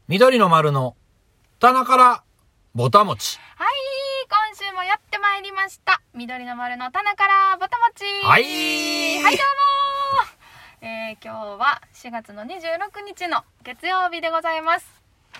緑の丸の棚からぼたもち。 はい、今週もやってまいりました。緑の丸の棚からぼたもち。 はい、 はい、どうも今日は4月の26日の月曜日でございます。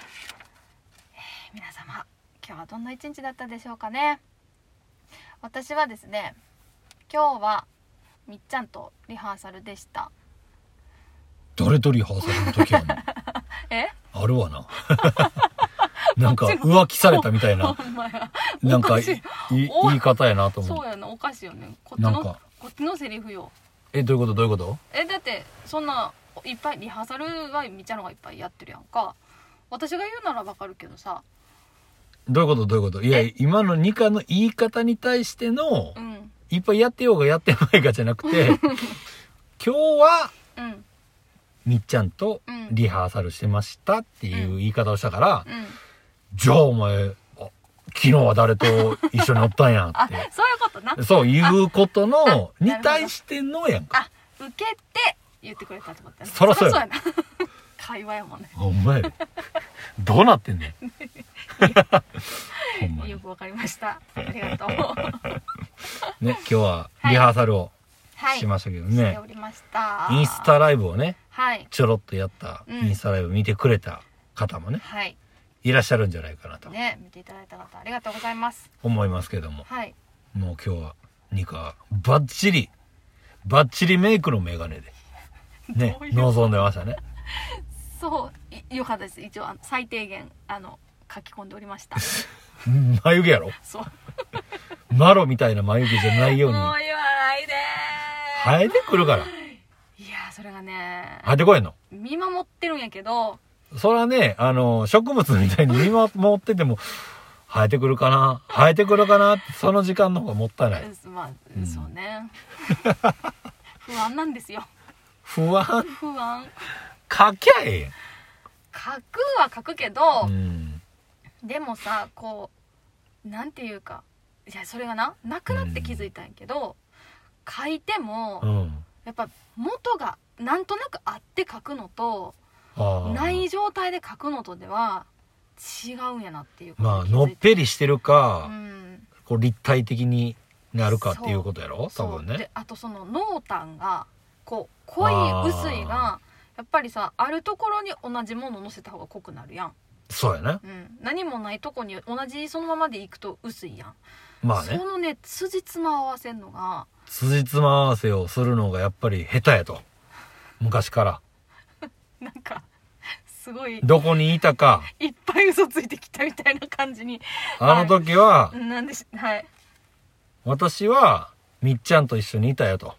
皆様、今日はどんな一日だったでしょうかね。私はですね、今日はみっちゃんとリハーサルでした。 誰とリハーサルの時はねあるわななんか浮気されたみたいななんか言い方やなと思う。 そうやな、おかしいよね。こっちのセリフよ。 どういうことどういうこと？ だってそんないっぱいリハーサルはみっちゃんのがいっぱいやってるやんか。私が言うならわかるけどさ。 どういうことどういうこと？いや、今のニカの言い方に対しての、いっぱいやってようがやってないかじゃなくて今日は、みっちゃんとリハーサルしてましたっていう言い方をしたから、じゃあお前昨日は誰と一緒におったんやってそういうことな。 そういうことのに対してのやんか。 受けて言ってくれたってことやな。 そらそうやな会話やもんね。 お前どうなってんねんほんまによくわかりました。ありがとうね、今日はリハーサルをしましたけどね、 しておりました。 インスタライブをね、ちょろっとやったインスタライブ見てくれた方もね、いらっしゃるんじゃないかなとね、見ていただいた方ありがとうございます思いますけども、もう今日はニカバッチリメイクのメガネでね臨んでましたね。 そうよかったです。一応最低限書き込んでおりました眉毛やろ。 そうマロみたいな眉毛じゃないようにもう言わないで生えてくるから。いやそれがね生えてこいんの見守ってるんやけど、 それはね植物みたいに見守ってても生えてくるかなってその時間の方がもったいない。 まあ、そうね不安なんですよ。 不安書きゃええやん。 書くは書くけど、でもさこうなんていうか、いやそれがなくなって気づいたんやけど、書いても、やっぱ元がなんとなくあって書くのとない状態で書くのとでは違うんやなっていう。 まあのっぺりしてるか、こう立体的になるかっていうことやろ多分ね。 であとその濃淡がこう濃い薄いがやっぱりさ、あるところに同じものを乗せた方が濃くなるやん。 そうやね、 何もないとこに同じそのままでいくと薄いやん。 まあね、 そのね辻褄合わせんのが辻褄合わせをするのがやっぱり下手やと昔からなんかすごいどこにいたかいっぱい嘘ついてきたみたいな感じにあの時は、 なんで私はみっちゃんと一緒にいたよと、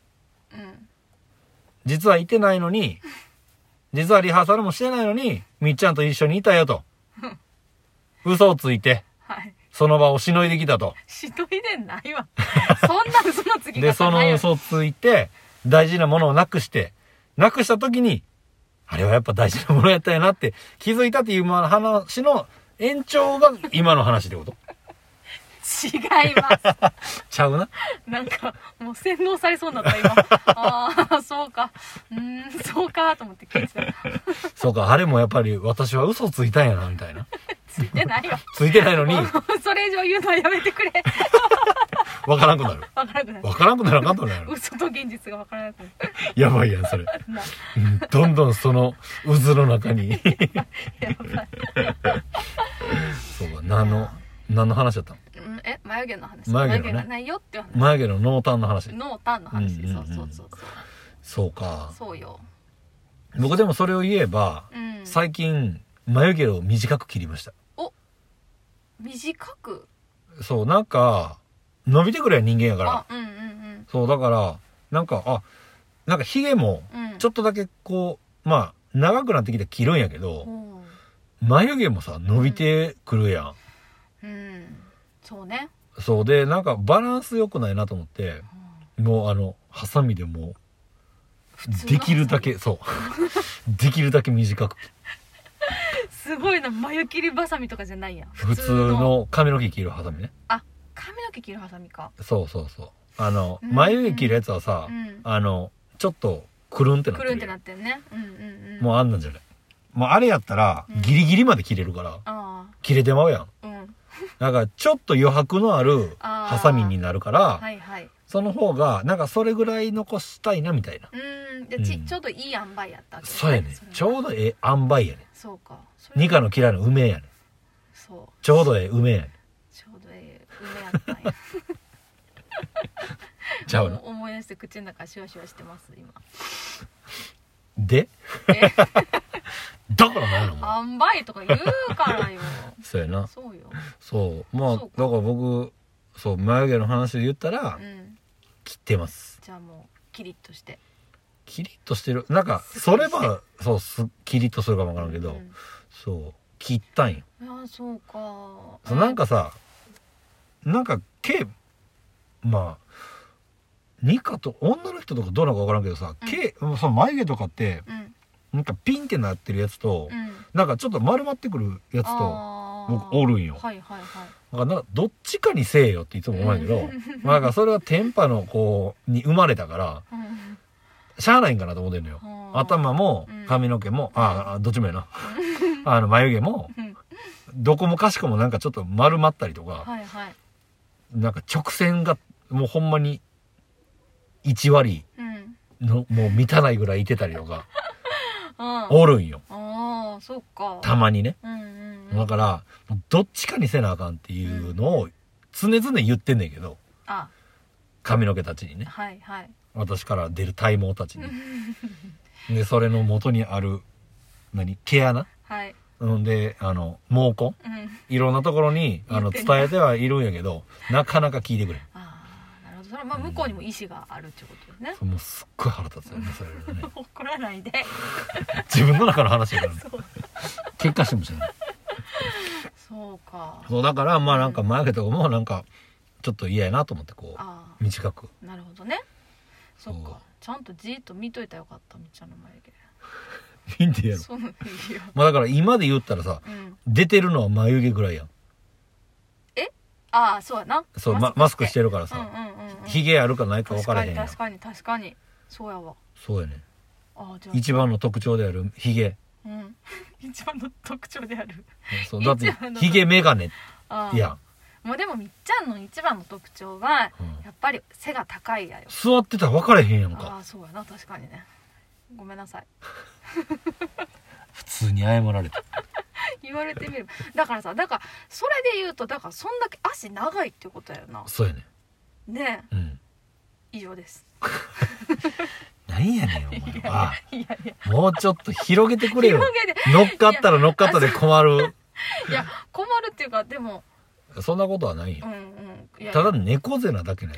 実はいてないのに実はリハーサルもしてないのにみっちゃんと一緒にいたよと嘘をついて、その場をしのいできたと。 しのいでないわそんな嘘のつき方ないよ。 でその嘘ついて大事なものをなくした時にあれはやっぱ大事なものやったよなって気づいたっていう話の延長が今の話ってこと違いますちゃうな。 なんかもう洗脳されそうになった今そうかそうかと思って聞いてたそうか、あれもやっぱり私は嘘ついたんやなみたいな。 ついてないよついてないのにそれ以上言うのはやめてくれわからんくなるわからんくなるわからんくならんかったのやろ。 嘘と現実がわからなくなるやばいやんそれどんどんその渦の中にやばいそうか、何の話だったの？ 眉毛の話。 眉毛がないよっていう話。眉毛の濃淡の話。そうか。 そうよ。 僕でもそれを言えば、最近眉毛を短く切りました。 短く？ そう、なんか伸びてくれ人間やから。そうだからなんかヒゲもちょっとだけこうまあ長くなってきて切るんやけど、眉毛もさ伸びてくるやん。 そうね。 そうでなんかバランス良くないなと思って、もうハサミでもできるだけできるだけ短くすごいな、眉切りバサミとかじゃないやん。 普通の髪の毛切るハサミね。 髪の毛切るハサミか。 そう眉毛切るやつはさ、ちょっとくるんってなってる。 くるんってなってるね。 もうあんなんじゃない。 もうあれやったらギリギリまで切れるから、切れてまうやん。なんかちょっと余白のあるハサミになるから、はいはい、その方がなんかそれぐらい残したいなみたいな。 でちょうどいい塩梅やったわけ、ね、 そうやね。ちょうど塩梅やね。 そうか。 ニカの嫌いな梅やね。そう。ちょうど梅やね。 ちょうど梅やったんや。ちゃうの。思い出して口の中シュワシュワしてます今。 で？だからないのも塩梅とか言うからよ。 そうやな。 そうよ。 そう。まあだから僕そう眉毛の話で言ったら、切ってます。 じゃあもうキリッとして。 キリッとしてる。なんかそれはそうキリッとするかもわからんけど、そう切ったんよ。 ああそうか。 そうなんかさ、なんかまあニカと女の人とかどうなのかわからんけどさ、その眉毛とかって。なんかピンってなってるやつと、なんかちょっと丸まってくるやつと僕おるんよ。はいはいはい。だからどっちかにせえよっていつも思うんやけど、まあなんかそれは天パの子に生まれたから、しゃあないんかなと思ってんのよ。頭も髪の毛も、どっちもやな。眉毛も、どこもかしこもなんかちょっと丸まったりとか、なんか直線がもうほんまに1割のもう満たないぐらいいてたりとか。おるんよ。 ああ、そっか。 たまにね。だから、どっちかにせなあかんっていうのを常々言ってんねんけど、髪の毛たちにね。はいはい。私から出る体毛たちに。で、それの元にある、毛穴？はい。で、毛根？いろんなところに、伝えてはいるんやけど、なかなか聞いてくれん。 それはまあ向こうにも意思があるってことですね。 もうすっごい腹立つよね、それね。 怒らないで。 自分の中の話やからね。喧嘩してもしれない。 そうか。 そうだからまあなんか眉毛とかもなんかちょっと嫌やなと思ってこう短く。 なるほどね。そっか。ちゃんとじっと見といたらよかったみっちゃんの眉毛。いいんでやろ。まあだから今で言ったらさ、出てるのは眉毛ぐらいやん。 そうやな。 そうマスクしてるからさ。ヒゲあるかないか分からへんやん。 確かにそうやわ。 そうやね。一番の特徴であるヒゲ。 一番の特徴である。 そうだってヒゲメガネやん。もうでもみっちゃんの一番の特徴はやっぱり背が高いやよ。 座ってたら分かれへんやんか。 そうやな、確かにね。ごめんなさい。 普通に謝られた。 言われてみればだからそれで言うとだからそんだけ足長いっていうことやよな。 そうやね。 ねえ、以上です。 何やねんお前は。もうちょっと広げてくれよ。乗っかったら乗っかったで困る。 いや困るっていうかでもそんなことはないよ。ただ猫背なだけね。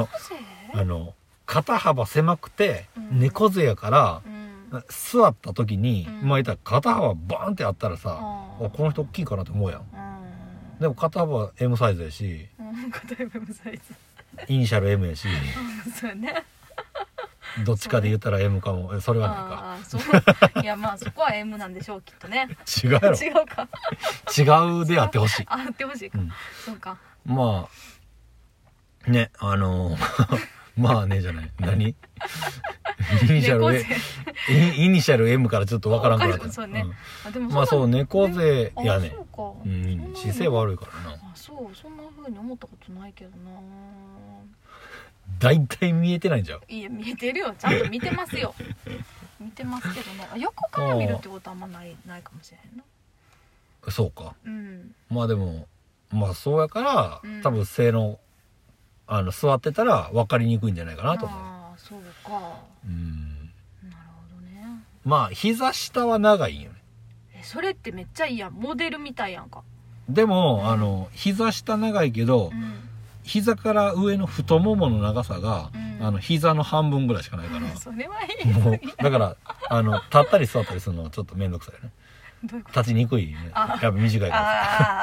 肩幅狭くて猫背やから。座った時に、まあ言ったら肩幅バーンってあったらさ、この人大きいかなって思うやん。でも肩幅 M サイズやし、 肩幅 M サイズ。 イニシャル M やし、 そうね。 どっちかで言ったら M かも、それはないか。いやまあそこは M なんでしょうきっとね。 違うやろ。 違うか。 違うであってほしい。 あってほしいか。そうか。 まあねまあねじゃない。何？イニシャル M からちょっとわからんくなった。 そうね。 まあそう猫背やね。姿勢悪いからな。 そんな風に思ったことないけどな。 だいたい見えてないんじゃん。 いや見えてるよ。ちゃんと見てますよ。見てますけどね。横から見るってことはあんまないかもしれへんな。 そうか。まあでもまあそうやから多分背の座ってたら分かりにくいんじゃないかなと思う。 そうか。なるほどね。 まあ膝下は長いんよね。 それってめっちゃいいやん。モデルみたいやんか。 でも膝下長いけど、膝から上の太ももの長さが、膝の半分ぐらいしかないから。 それはいい。 もうだから立ったり座ったりするのはちょっと面倒くさいね。立ちにくいね。やっぱ短いから。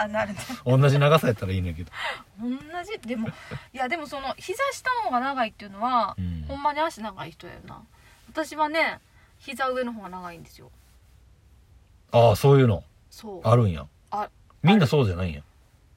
なるほど。 同じ長さやったらいいねんけど。 でもその膝下の方が長いっていうのは、ほんまに足長い人やよな。私はね膝上の方が長いんですよ。 そういうのあるんや。みんなそうじゃないんや。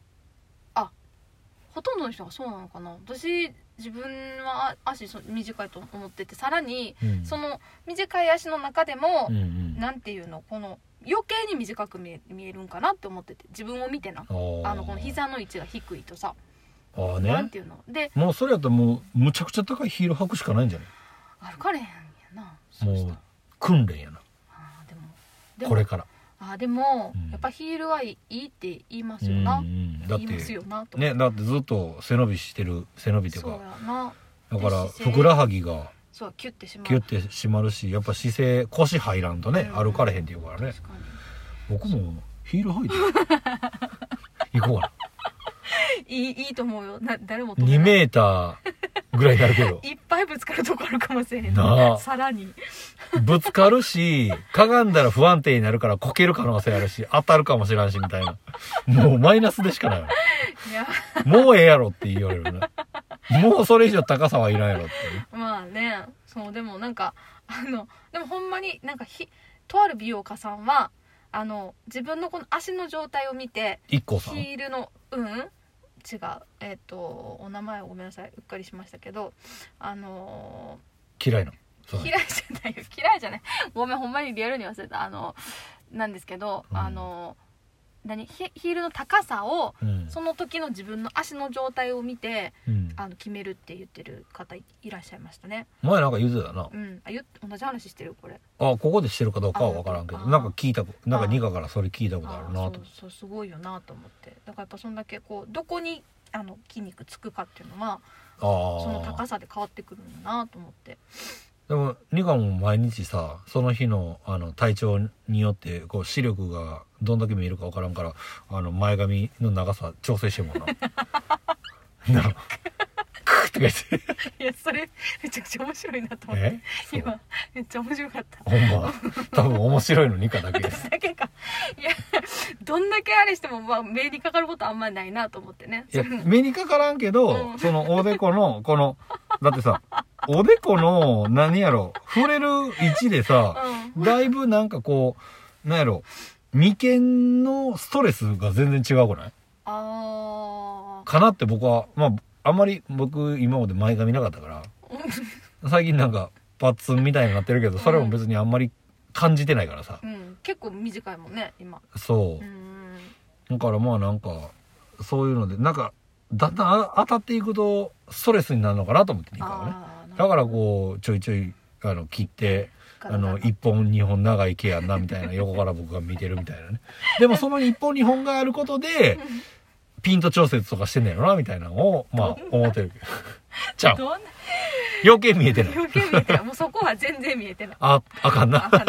ほとんどの人がそうなのかな。私自分は足短いと思ってて、さらに、その短い足の中でも、なんていうの、この余計に短く見えるんかなって思ってて、自分を見てな、この膝の位置が低いとさ、 ね、 なんていうので、 もうそれやったらもうむちゃくちゃ高いヒール履くしかないんじゃない？歩かれへんやな。 もう訓練やな。でもこれからでも、やっぱヒールはいいって言いますよな。 だって言いますよなとね、だってずっと背伸びっていうか、 そうやな。 だからふくらはぎがそうキュッて締まるし、やっぱ姿勢腰入らんとね、歩かれへんって言うからね。僕もヒール履いて行こうかな。 いいと思うよ。誰も 2メーターぐらいになるけどいっぱいぶつかるとこあるかもしれへんな。さらにぶつかるし、かがんだら不安定になるからこける可能性あるし、当たるかもしらんしみたいな、もうマイナスでしかないわ。いやもうええやろって言われるね。もうそれ以上高さはいらんやろって、 まあね。そう、でもなんかでもほんまになんかとある美容家さんは自分のこの足の状態を見て、ヒールの違うお名前をごめんなさい、うっかりしましたけど、 嫌いじゃないごめん、ほんまにリアルに忘れた。なんですけど、ヒールの高さを、その時の自分の足の状態を見て、決めるって言ってる方いらっしゃいましたね。 前なんか言うてたな。 同じ話してるこれ。 ここでしてるかどうかは分からんけど、なんかニカからそれ聞いたことあるなと。 そうすごいよなと思って。だからやっぱそんだけこうどこに筋肉つくかっていうのはその高さで変わってくるんだなと思って。 でもニカも毎日さ、その日の体調によってこう視力がどんだけ見えるか分からんから、前髪の長さ調整してもんな。なクッとか言っていやそれめちゃくちゃ面白いなと思って。今めっちゃ面白かった。 ほんま多分面白いのニカだけです。 私だけか。いやどんだけあれしても、目にかかることあんまりないなと思ってね。 いや目にかからんけど、そのおでこのこのだってさ、おでこの何やろ触れる位置でさ、だいぶなんかこうなんやろ眉間のストレスが全然違うくない？かなって僕はあんまり僕今まで前髪なかったから最近なんかパッツンみたいになってるけど、それも別にあんまり感じてないからさ、 結構短いもんね今。 そうだからなんかそういうのでなんかだんだん当たっていくとストレスになるのかなと思っていいからね。だからこうちょいちょい切って1本2本長い毛やんなみたいな横から僕が見てるみたいなね。でもその1本2本があることでピント調節とかしてんねやろなみたいなのを思ってるけどちゃう余計見えてない。 余計見えてない。もうそこは全然見えてない。 あかんな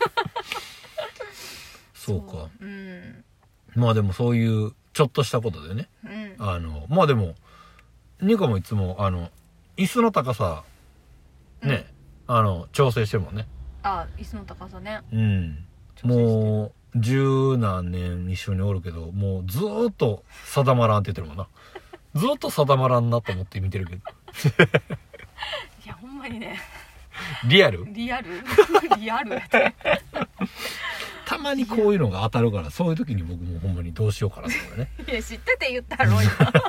そうか。でもそういうちょっとしたことでね、でもニカもいつも椅子の高さね、調整してるもんね。 椅子の高さね。 もう十何年一緒におるけど、もうずーっと定まらんって言ってるもんな。ずーっと定まらんなと思って見てるけどいやほんまにね。 リアルやってたまにこういうのが当たるから、そういう時に僕もほんまにどうしようかなと思うね。 いや知ってて言ったろ今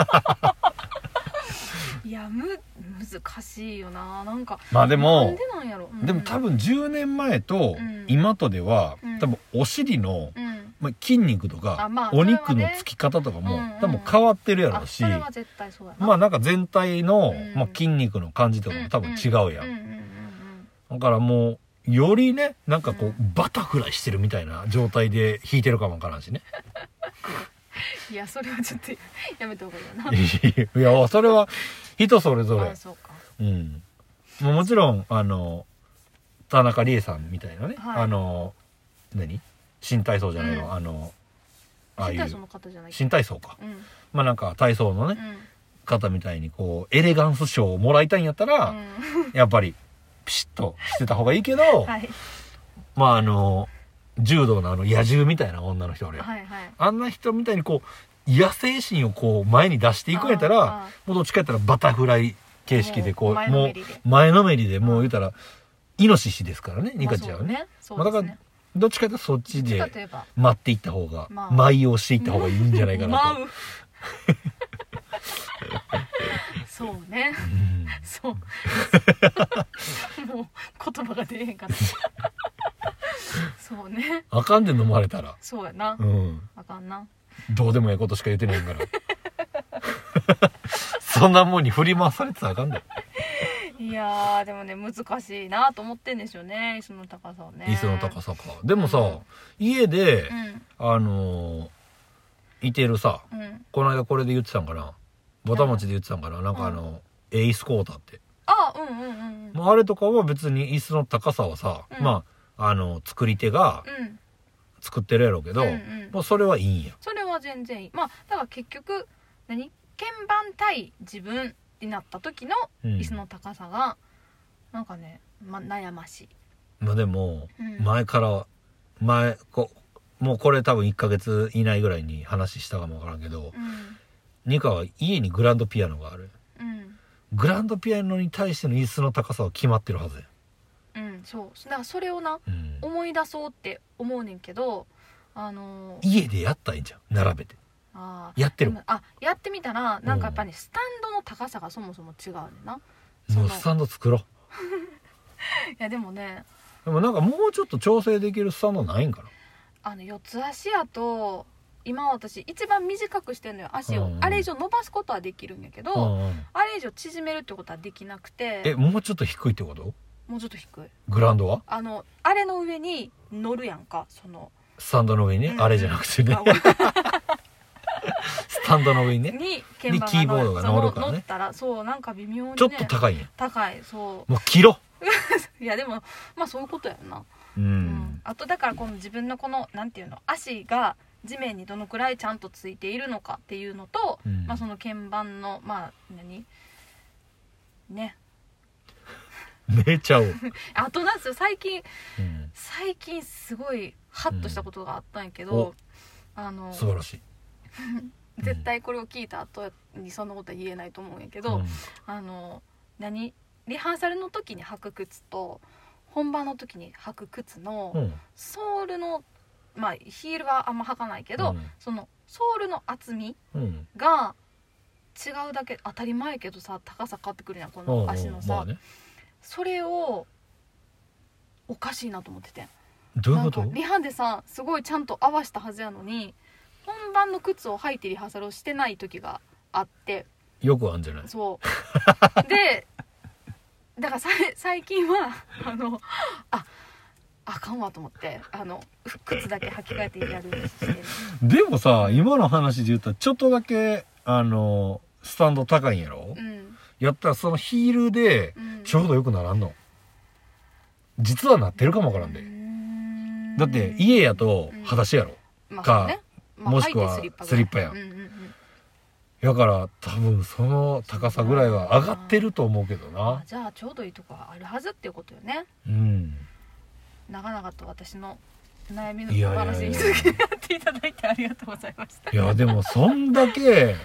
いや難しいよな。なんかでもなんでなんやろ、 でも多分10年前と今とでは、多分お尻の、筋肉とか、お肉のつき方とかも、多分変わってるやろうし、 それは絶対そうやな。 なんか全体の、筋肉の感じとかも多分違うやん。だからもうよりね、なんかこう、バタフライしてるみたいな状態で弾いてるかもわからんしね。 いやそれはちょっとやめた方がいいよな。 いやそれは人それぞれ。 そうか。 もちろん田中理恵さんみたいなね、新体操じゃないの、 新体操の方じゃない。 新体操か。なんか体操のね、方みたいにこうエレガンス賞をもらいたいんやったら、やっぱりピシッとしてた方がいいけど、柔道の野獣みたいな女の人俺、あんな人みたいにこう野生心をこう前に出していくんやったら、もうどっちかやったらバタフライ形式でこうもう前のめりでもう言うたらイノシシですからね、ニカちゃんはね。だからどっちかというとそっちで待っていった方が、舞をしていった方がいいんじゃないかなと。 そうね。そう。もう言葉が出えへんかった。 そうね。 あかんで飲まれたら。 そうやな。 うん。 あかんな。 どうでもいいことしか言ってないから。そんなもんに振り回されてたらあかんで。 いやーでもね難しいなと思ってんですよね、椅子の高さをね。 椅子の高さか。でもさ、家で、いてるさ、この間これで言ってたんかな、ぼたもちで言ってたんかな、なんか椅子コータって。もうあれとかは別に椅子の高さはさ、まあ作り手が作ってるやろうけど、もうそれはいいんや。 それは全然いい。まあだから結局鍵盤対自分になった時の椅子の高さがなんかね、悩ましい。 まあでも前からもうこれ多分1ヶ月以内ぐらいに話したかもわからんけど、ニカは家にグランドピアノがある。グランドピアノに対しての椅子の高さは決まってるはずや。 そうだからそれをな、思い出そうって思うねんけど、 家でやったらいいんじゃん、並べて。やってるもん。 やってみたらなんかやっぱり、ね、スタンドの高さがそもそも違うねんな。 もうスタンド作ろう。 いやでもね、 でもなんかもうちょっと調整できるスタンドないんかな。四つ足やと今私一番短くしてんのよ、足を。あれ以上伸ばすことはできるんやけど、あれ以上縮めるってことはできなくて。 もうちょっと低いってこと？ もうちょっと低い。 グラウンドはあれの上に乗るやんか、そのスタンドの上にね、あれじゃなくてね。スタンドの上にね、 にキーボードが乗るからね。 乗ったらそうなんか微妙にね、 ちょっと高いんや。 高い。そうもう切ろいやでもまあそういうことやんな。あとだからこの自分のこのなんていうの、足が地面にどのくらいちゃんとついているのかっていうのと、まあその鍵盤のまあね寝ちゃう。 あとなんですよ、最近すごいハッとしたことがあったんやけど、 素晴らしい。 絶対これを聞いた後にそんなことは言えないと思うんやけど、リハーサルの時に履く靴と本番の時に履く靴のソールの、まあヒールはあんま履かないけど、そのソールの厚みが違うだけ当たり前けどさ、高さ変わってくるやん、この足のさ。それをおかしいなと思ってて。 どういうこと？ リハでさすごいちゃんと合わしたはずやのに、本番の靴を履いてリハーサルをしてない時があって。 よくあるんじゃない？ そうでだから最近はあかんわと思って、靴だけ履き替えてやるようにしてる。 でもさ、今の話で言ったらちょっとだけスタンド高いんやろ？やったらそのヒールでちょうどよくならんの？実はなってるかもわからんで。だって家やと裸足やろ、もしくはスリッパやん。だから多分その高さぐらいは上がってると思うけどな。 じゃあちょうどいいとこあるはずっていうことよね。長々と私の悩みのお話に続きやっていただいてありがとうございました。 いやでもそんだけ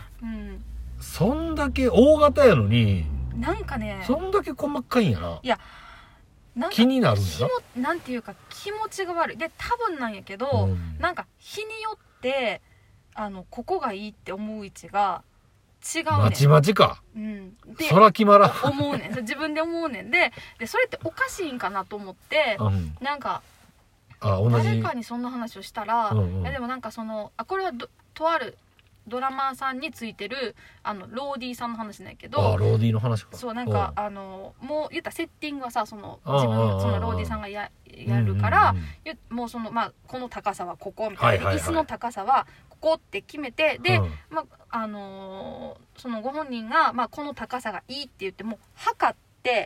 大型やのになんかね、 そんだけ細かいんやな。 いやなんか気になるんやな。なんていうか気持ちが悪いで、多分なんやけど、なんか日によってここがいいって思う位置が違うねん。 まちまちか。 でそら決まらん。 思うねん。自分で思うねん。でそれっておかしいんかなと思って、なんか誰かにそんな話をしたら、いやでもなんかこれはとあるドラマーさんについてるローディーさんの話なんやけど、 ローディーの話か。 そうなんかもう言ったセッティングはさ、自分そのローディーさんがやるから、もうこの高さはここみたいな、椅子の高さはここって決めて、で、そのご本人が、この高さがいいって言っても測って、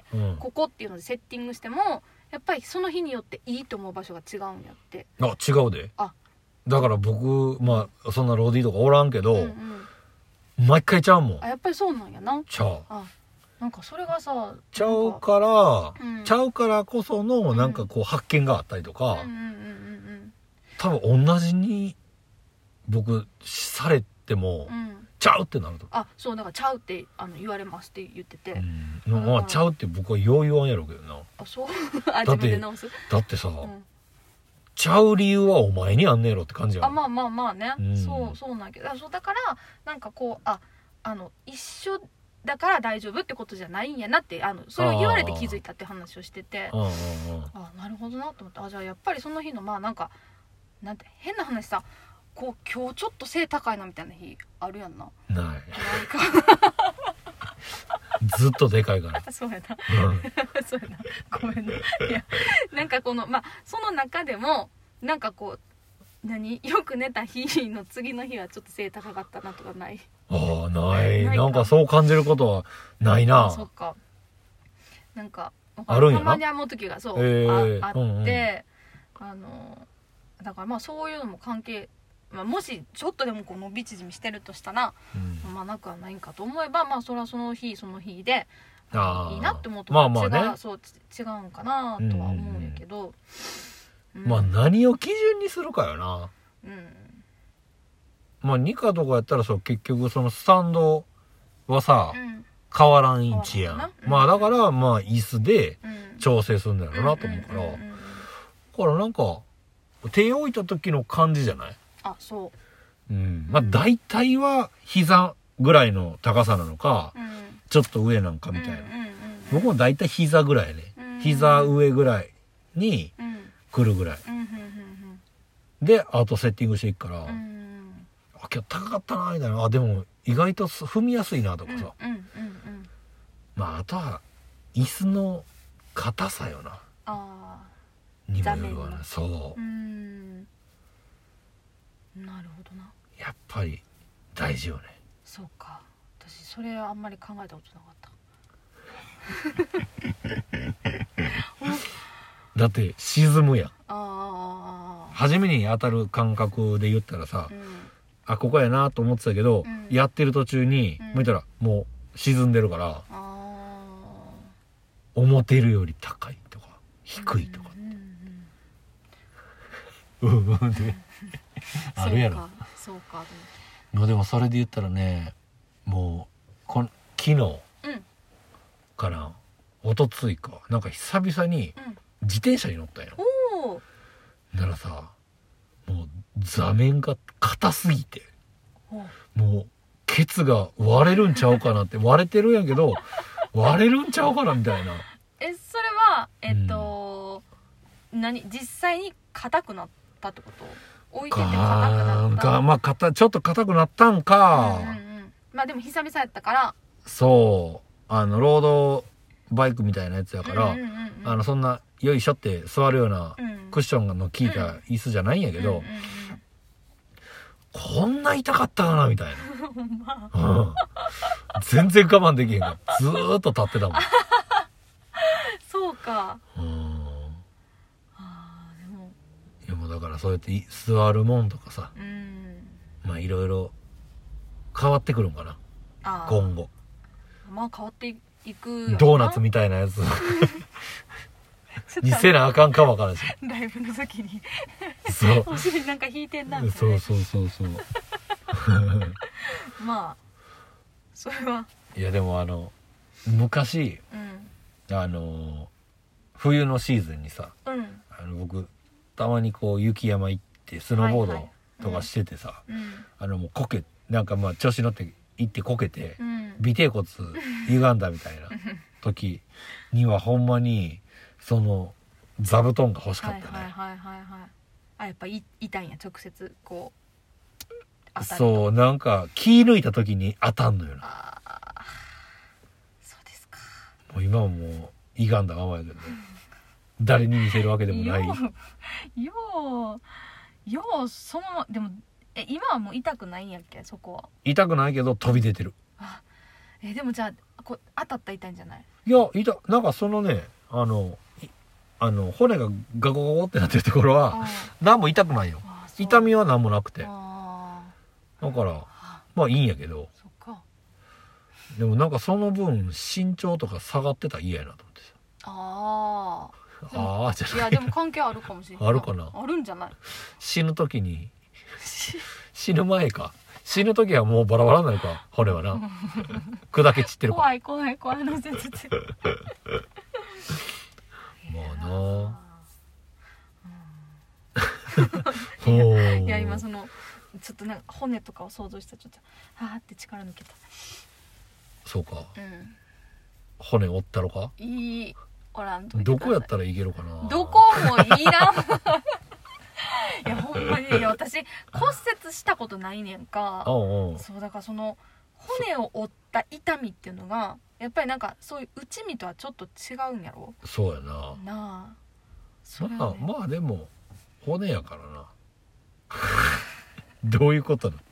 ここっていうのでセッティングしてもやっぱりその日によっていいと思う場所が違うんやって。 違うで。だから僕そんなローディーとかおらんけど、毎回ちゃうもん。 やっぱりそうなんやな。 ちゃう。 なんかそれがさ、 ちゃうからこそのなんかこう発見があったりとか、多分同じに僕されても、ちゃうってなると。 そうだからちゃうって言われますって言ってて、 ちゃうって僕はよう言わんやろうけどな。 そう自分で直す。 だってさ、ちゃう理由はお前にあんねやろって感じやん。 まあね、そうなんやけど、だからなんかこう一緒だから大丈夫ってことじゃないんやなってそれを言われて気づいたって話をしてて、なるほどなと思って、じゃあやっぱりその日のなんかなんて変な話さ、こう今日ちょっと背高いなみたいな日あるやんな。 ないずっとでかいからそうやな、そうやな、ごめんね。いやなんかこのその中でもなんかこうよく寝た日の次の日はちょっと背高かったなとかない？ ないなんかそう感じることはないな。 そっか、なんかあるんやな、 たまに思う時がそう、あって、だからそういうのも関係、もしちょっとでもこう伸び縮みしてるとしたら、なくはないんかと思えば、それはその日その日でいいなって思うとそう違うんかなとは思うんやけど、 何を基準にするかよな。ニカとかやったら結局そのスタンドはさ、変わらん位置やん。だから椅子で調整するんだろうなと思うから、だからなんか手を置いた時の感じじゃない？ そう。 大体は膝ぐらいの高さなのか、ちょっと上なんかみたいな。僕も大体膝ぐらいね。膝上ぐらいに来るぐらい。で、アートセッティングしていくから、今日高かったなみたいな。でも意外と踏みやすいなとかさ。あとは椅子の硬さよな。にもよるわな。そう。 なるほどな。 やっぱり大事よね。 そうか。私それあんまり考えたことなかった。 だって沈むやん。初めに当たる感覚で言ったらさ、ここやなと思ってたけど、やってる途中に見たらもう沈んでるから、思ってるより高いとか低いとかってあるやろ。 そうか。 でもそれで言ったらね、もう昨日かな、一昨日かなんか久々に自転車に乗ったんよ。だからさ、もう座面が硬すぎて、もうケツが割れるんちゃうかなって、割れてるんやけど割れるんちゃうかなみたいな。 それは実際に硬くなったってこと？置いてて硬くなった。 ちょっと硬くなったんか。 でも久々やったから。 そう、ロードバイクみたいなやつやから、そんなよいしょって座るようなクッションの効いた椅子じゃないんやけど、こんな痛かったかなみたいな。全然我慢できへんからずーっと立ってたもん。 そうか。 でもだからそうやって座るもんとかさ、いろいろ変わってくるんかな、今後。 変わっていくドーナツみたいなやつにせなあかんかもわからんし、 ライブの時にそうお尻なんか引いてんなみたいな。 そうそれは。 いやでも昔、冬のシーズンにさ、僕たまにこう雪山行ってスノーボードとかしててさ、もうこけなんか調子乗って行ってこけて、尾てい骨歪んだみたいな時にはほんまにその座布団が欲しかったね。 やっぱ痛いんや、直接こう当たると。 そう、なんか気抜いた時に当たんのよな。 そうですか。 もう今はもう歪んだままやけどね、誰に見せるわけでもない。 そのままでも今はもう痛くないんやっけ？そこは痛くないけど飛び出てる。 でもじゃあ当たったら痛いんじゃない？ いやなんかそのね、骨がガゴガゴってなってるところは何も痛くないよ。痛みは何もなくて、だからいいんやけど。 そっか。 でもなんかその分身長とか下がってたら嫌やなと思ってさ。 じゃない。いやでも関係あるかもしれない。 あるかな。 あるんじゃない？ 死ぬ時に死ぬ前か。死ぬ時はもうバラバラになるか、骨はな。砕け散ってるか。 怖いの全然。 まあな。 いや今そのちょっとなんか骨とかを想像したらちょっとって力抜けた。 そうか、 うん、 骨折ったろか。 いい、おらんといてどこやったらいけるかな。 どこもいいな。いやほんまに、いや私骨折したことないねんか。そうだからその骨を折った痛みっていうのがやっぱりなんかそういう内身とはちょっと違うんやろ。 そうやな。 なあ、 それはね、まあでも骨やからな。どういうことな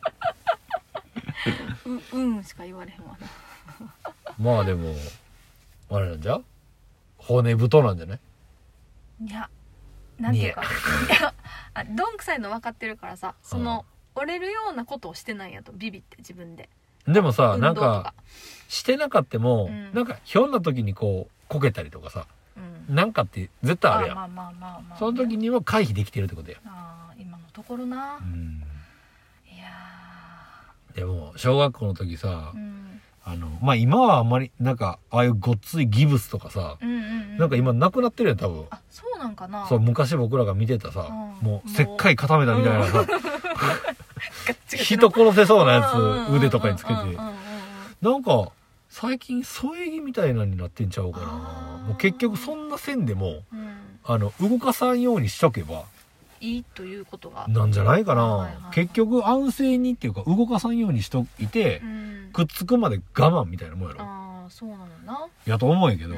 のしか言われへんわな。 まあでもあれなんじゃ、骨太なんじゃない。 いやなんていうか、いやどんくさいの分かってるからさ、その折れるようなことをしてないやとビビって自分で。 でもさ、なんかしてなかっても、なんかひょんな時にこうこけたりとかさ、なんかって絶対あるやん。その時には回避できてるってことや。 今のところな。いやでも小学校の時さ、まあ今はあんまりなんかああいうごっついギブスとかさ、なんか今なくなってるやん多分。 あ、そうなんかな。 そう、昔僕らが見てたさ、もう石灰固めたみたいなさ、人殺せそうなやつ腕とかにつけて、なんか最近添え木みたいなになってんちゃうかな。もう結局そんな線でも、動かさんようにしとけばいいということがなんじゃないかな。結局安静にっていうか動かさんようにしといて、くっつくまで我慢みたいなもんやろ。 ああ、そうなのな。 やと思うんやけど、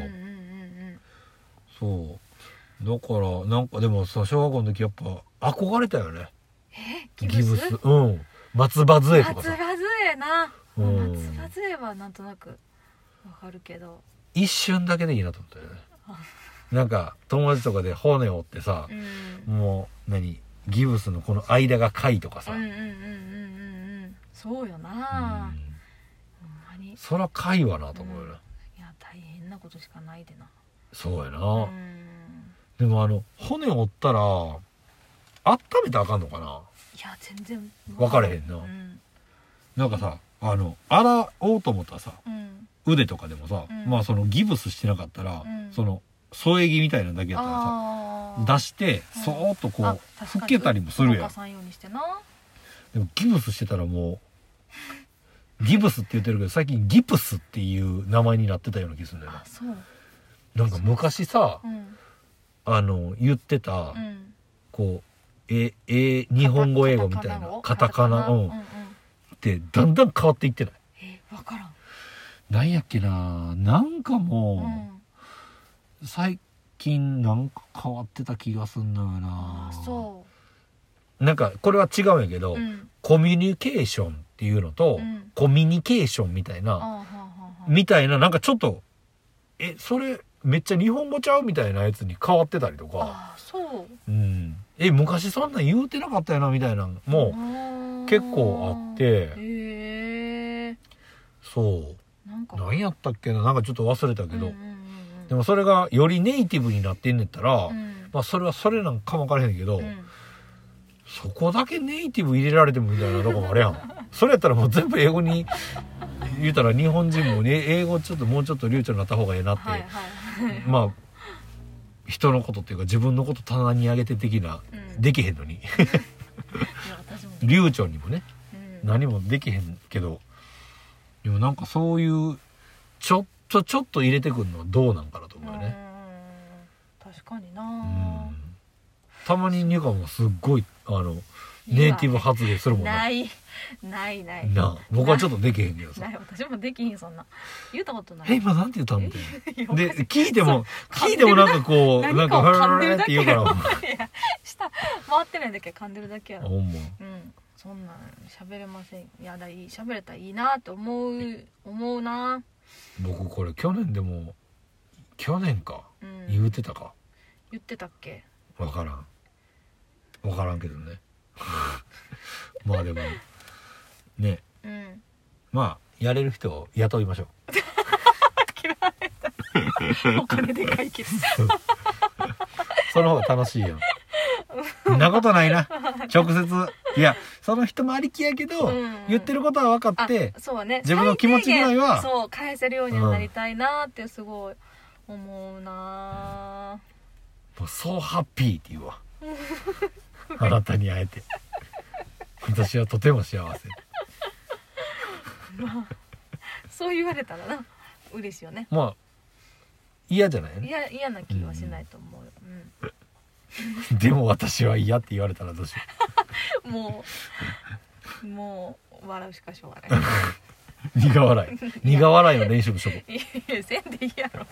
そうだからなんかでもさ、小学校の時やっぱ憧れたよね。ギブス、松葉杖とかさ。 松葉杖な。松葉杖はなんとなくわかるけど、 一瞬だけでいいなと思ったよね。なんか友達とかで骨折ってさ、もうギブスのこの間がかいとかさ、 そうよな。 そらかいわなと思うよね。 いや大変なことしかないでな。 そうやな。でも骨折ったら温めたらあかんのかな。 いや全然分かれへんな。なんかさ、洗おうと思ったらさ、腕とかでもさ、まあそのギブスしてなかったら、その添え木みたいなだけやったらさ、出してそーっとこう拭けたりもするやん。でもギブスしてたらもうギブスって言ってるけど最近ギプスっていう名前になってたような気するんだよな。なんか昔さ、言ってた、こう日本語英語みたいなカタカナってだんだん変わっていってない？ 分からん。 なんやっけな、なんかもう、最近なんか変わってた気がすんのよな。なんかこれは違うんやけど、コミュニケーションっていうのと、コミュニケーションみたいななんかちょっとそれめっちゃ日本語ちゃうみたいなやつに変わってたりとか。昔そんなん言うてなかったよなみたいなのも結構あって、そう何やったっけな、なんかちょっと忘れたけど、でもそれがよりネイティブになってんねったら、まあそれはそれなんかも分からへんけど、そこだけネイティブ入れられてもみたいなとこもあれやん。それやったらもう全部英語に言うたら日本人もね、英語ちょっともうちょっと流暢になった方がええなって、まあ人のことっていうか自分のこと棚に上げて的な、できへんのに流暢にもね、何もできへんけど、でもなんかそういうちょっと入れてくるのはどうなんかなと思うよね。 確かにな。 たまにニカもすっごいネイティブ発言するもんな。 ないな。僕はちょっとできへんけどさ。 私もできへん、そんな言ったことない。 今なんて言ったみたいな。で聞いてもなんかこうなんか噛んでるだけって言うから下回ってないだけ噛んでるだけやろ。 ほんま。 そんなん喋れません。いやだ、いい喋れたらいいなって思うな。 僕これ去年か、言ってたか。 言ってたっけ。 分からんけどね。まあでもね、まあやれる人を雇いましょう。 嫌われた。お金で解決。 その方が楽しいよ。そんなことないな。直接いやその人もありきやけど、言ってることは分かって、 そうね、 自分の気持ちぐらいはそう返せるようになりたいなってすごい思うな。 もうそうハッピーって言うわ。あなたに会えて私はとても幸せ。 そう言われたらな嬉しいよね。 まあ嫌じゃないよね。 嫌な気はしないと思うよ、 でも私は嫌って言われたらどうしようもう笑うしかしょうがない苦笑いの練習もしとこいやせんでいいやろ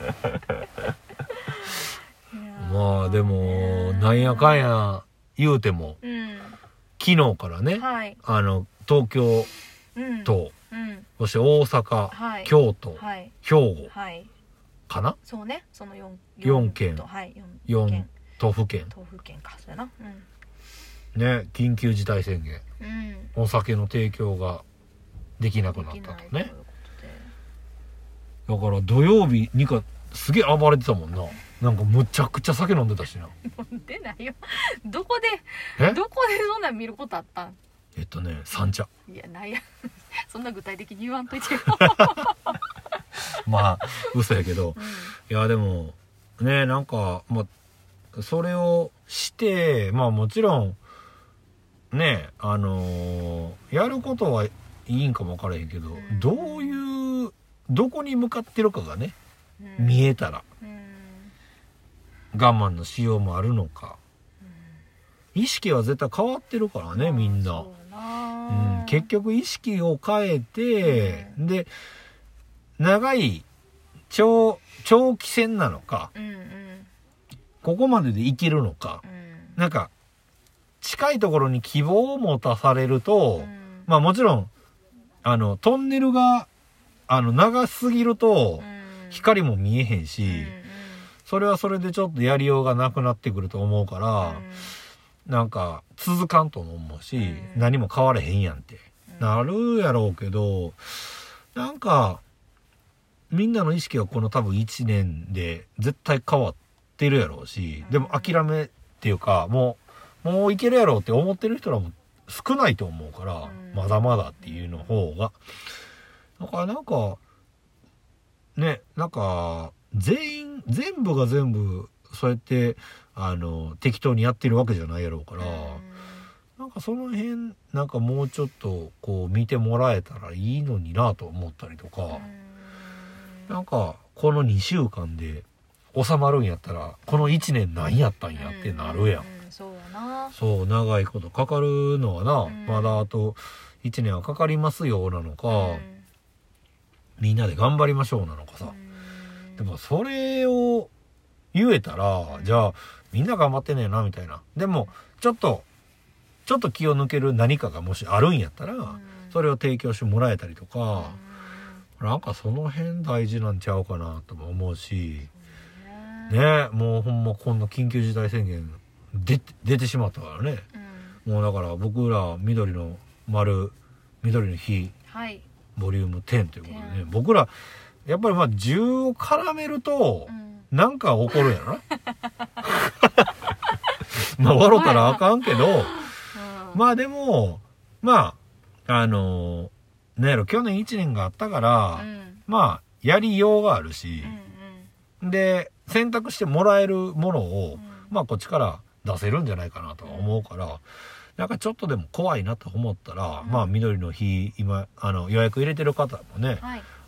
まあでもなんやかんや言うても、昨日からね、東京と、そして大阪、京都、兵庫かな、 そうね、その 4県、4都府県か、そうやな、 ね、緊急事態宣言、お酒の提供ができなくなったとね。だから土曜日にかすげえ暴れてたもんな。なんかむちゃくちゃ酒飲んでたしな。 飲んでないよ。どこでそんなん見ることあったん？ 三茶。 いや、ないや。そんな具体的に言わんといてよ。 まあ嘘やけど、いやでもね、なんかまあそれをしてまあもちろんねやることはいいんかも分からへんけど、どこに向かってるかがね、見えたら、我慢のしようもあるのか、意識は絶対変わってるからね、みんな。結局意識を変えて、で長い長期戦なのか、ここまででいけるのか、なんか近いところに希望を持たされると、まあもちろんトンネルが長すぎると光も見えへんし、それはそれでちょっとやりようがなくなってくると思うから、なんか続かんと思うし、何も変われへんやんってなるやろうけど、なんかみんなの意識はこの多分1年で絶対変わってるやろうし、でも諦めっていうかもういけるやろうって思ってる人らも少ないと思うから、まだまだっていうの方が、だからなんかね、なんか全部が全部そうやって適当にやってるわけじゃないやろうから、なんかその辺なんかもうちょっとこう見てもらえたらいいのになと思ったりとか、なんかこの2週間で収まるんやったらこの1年何やったんやってなるやん。 そうやな。 そう、長いことかかるのはな、まだあと1年はかかりますよなのか、みんなで頑張りましょうなのかさ。でもそれを言えたら、じゃあみんな頑張ってねえなみたいな。でもちょっと気を抜ける何かがもしあるんやったら、それを提供してもらえたりとか、なんかその辺大事なんちゃうかなとも思うし、ね、もうほんまこんな緊急事態宣言出てしまったからね、もうだから僕ら緑の日、ボリューム10ということでね、僕らやっぱりまあ10を絡めるとなんか起こるんやろな。まあ笑ったらあかんけど、まあでもまあなんやろ、去年1年があったから、まあやりようがあるし、で選択してもらえるものを、まあこっちから出せるんじゃないかなとは思うから、なんかちょっとでも怖いなと思ったら、まあ緑の日今予約入れてる方もね、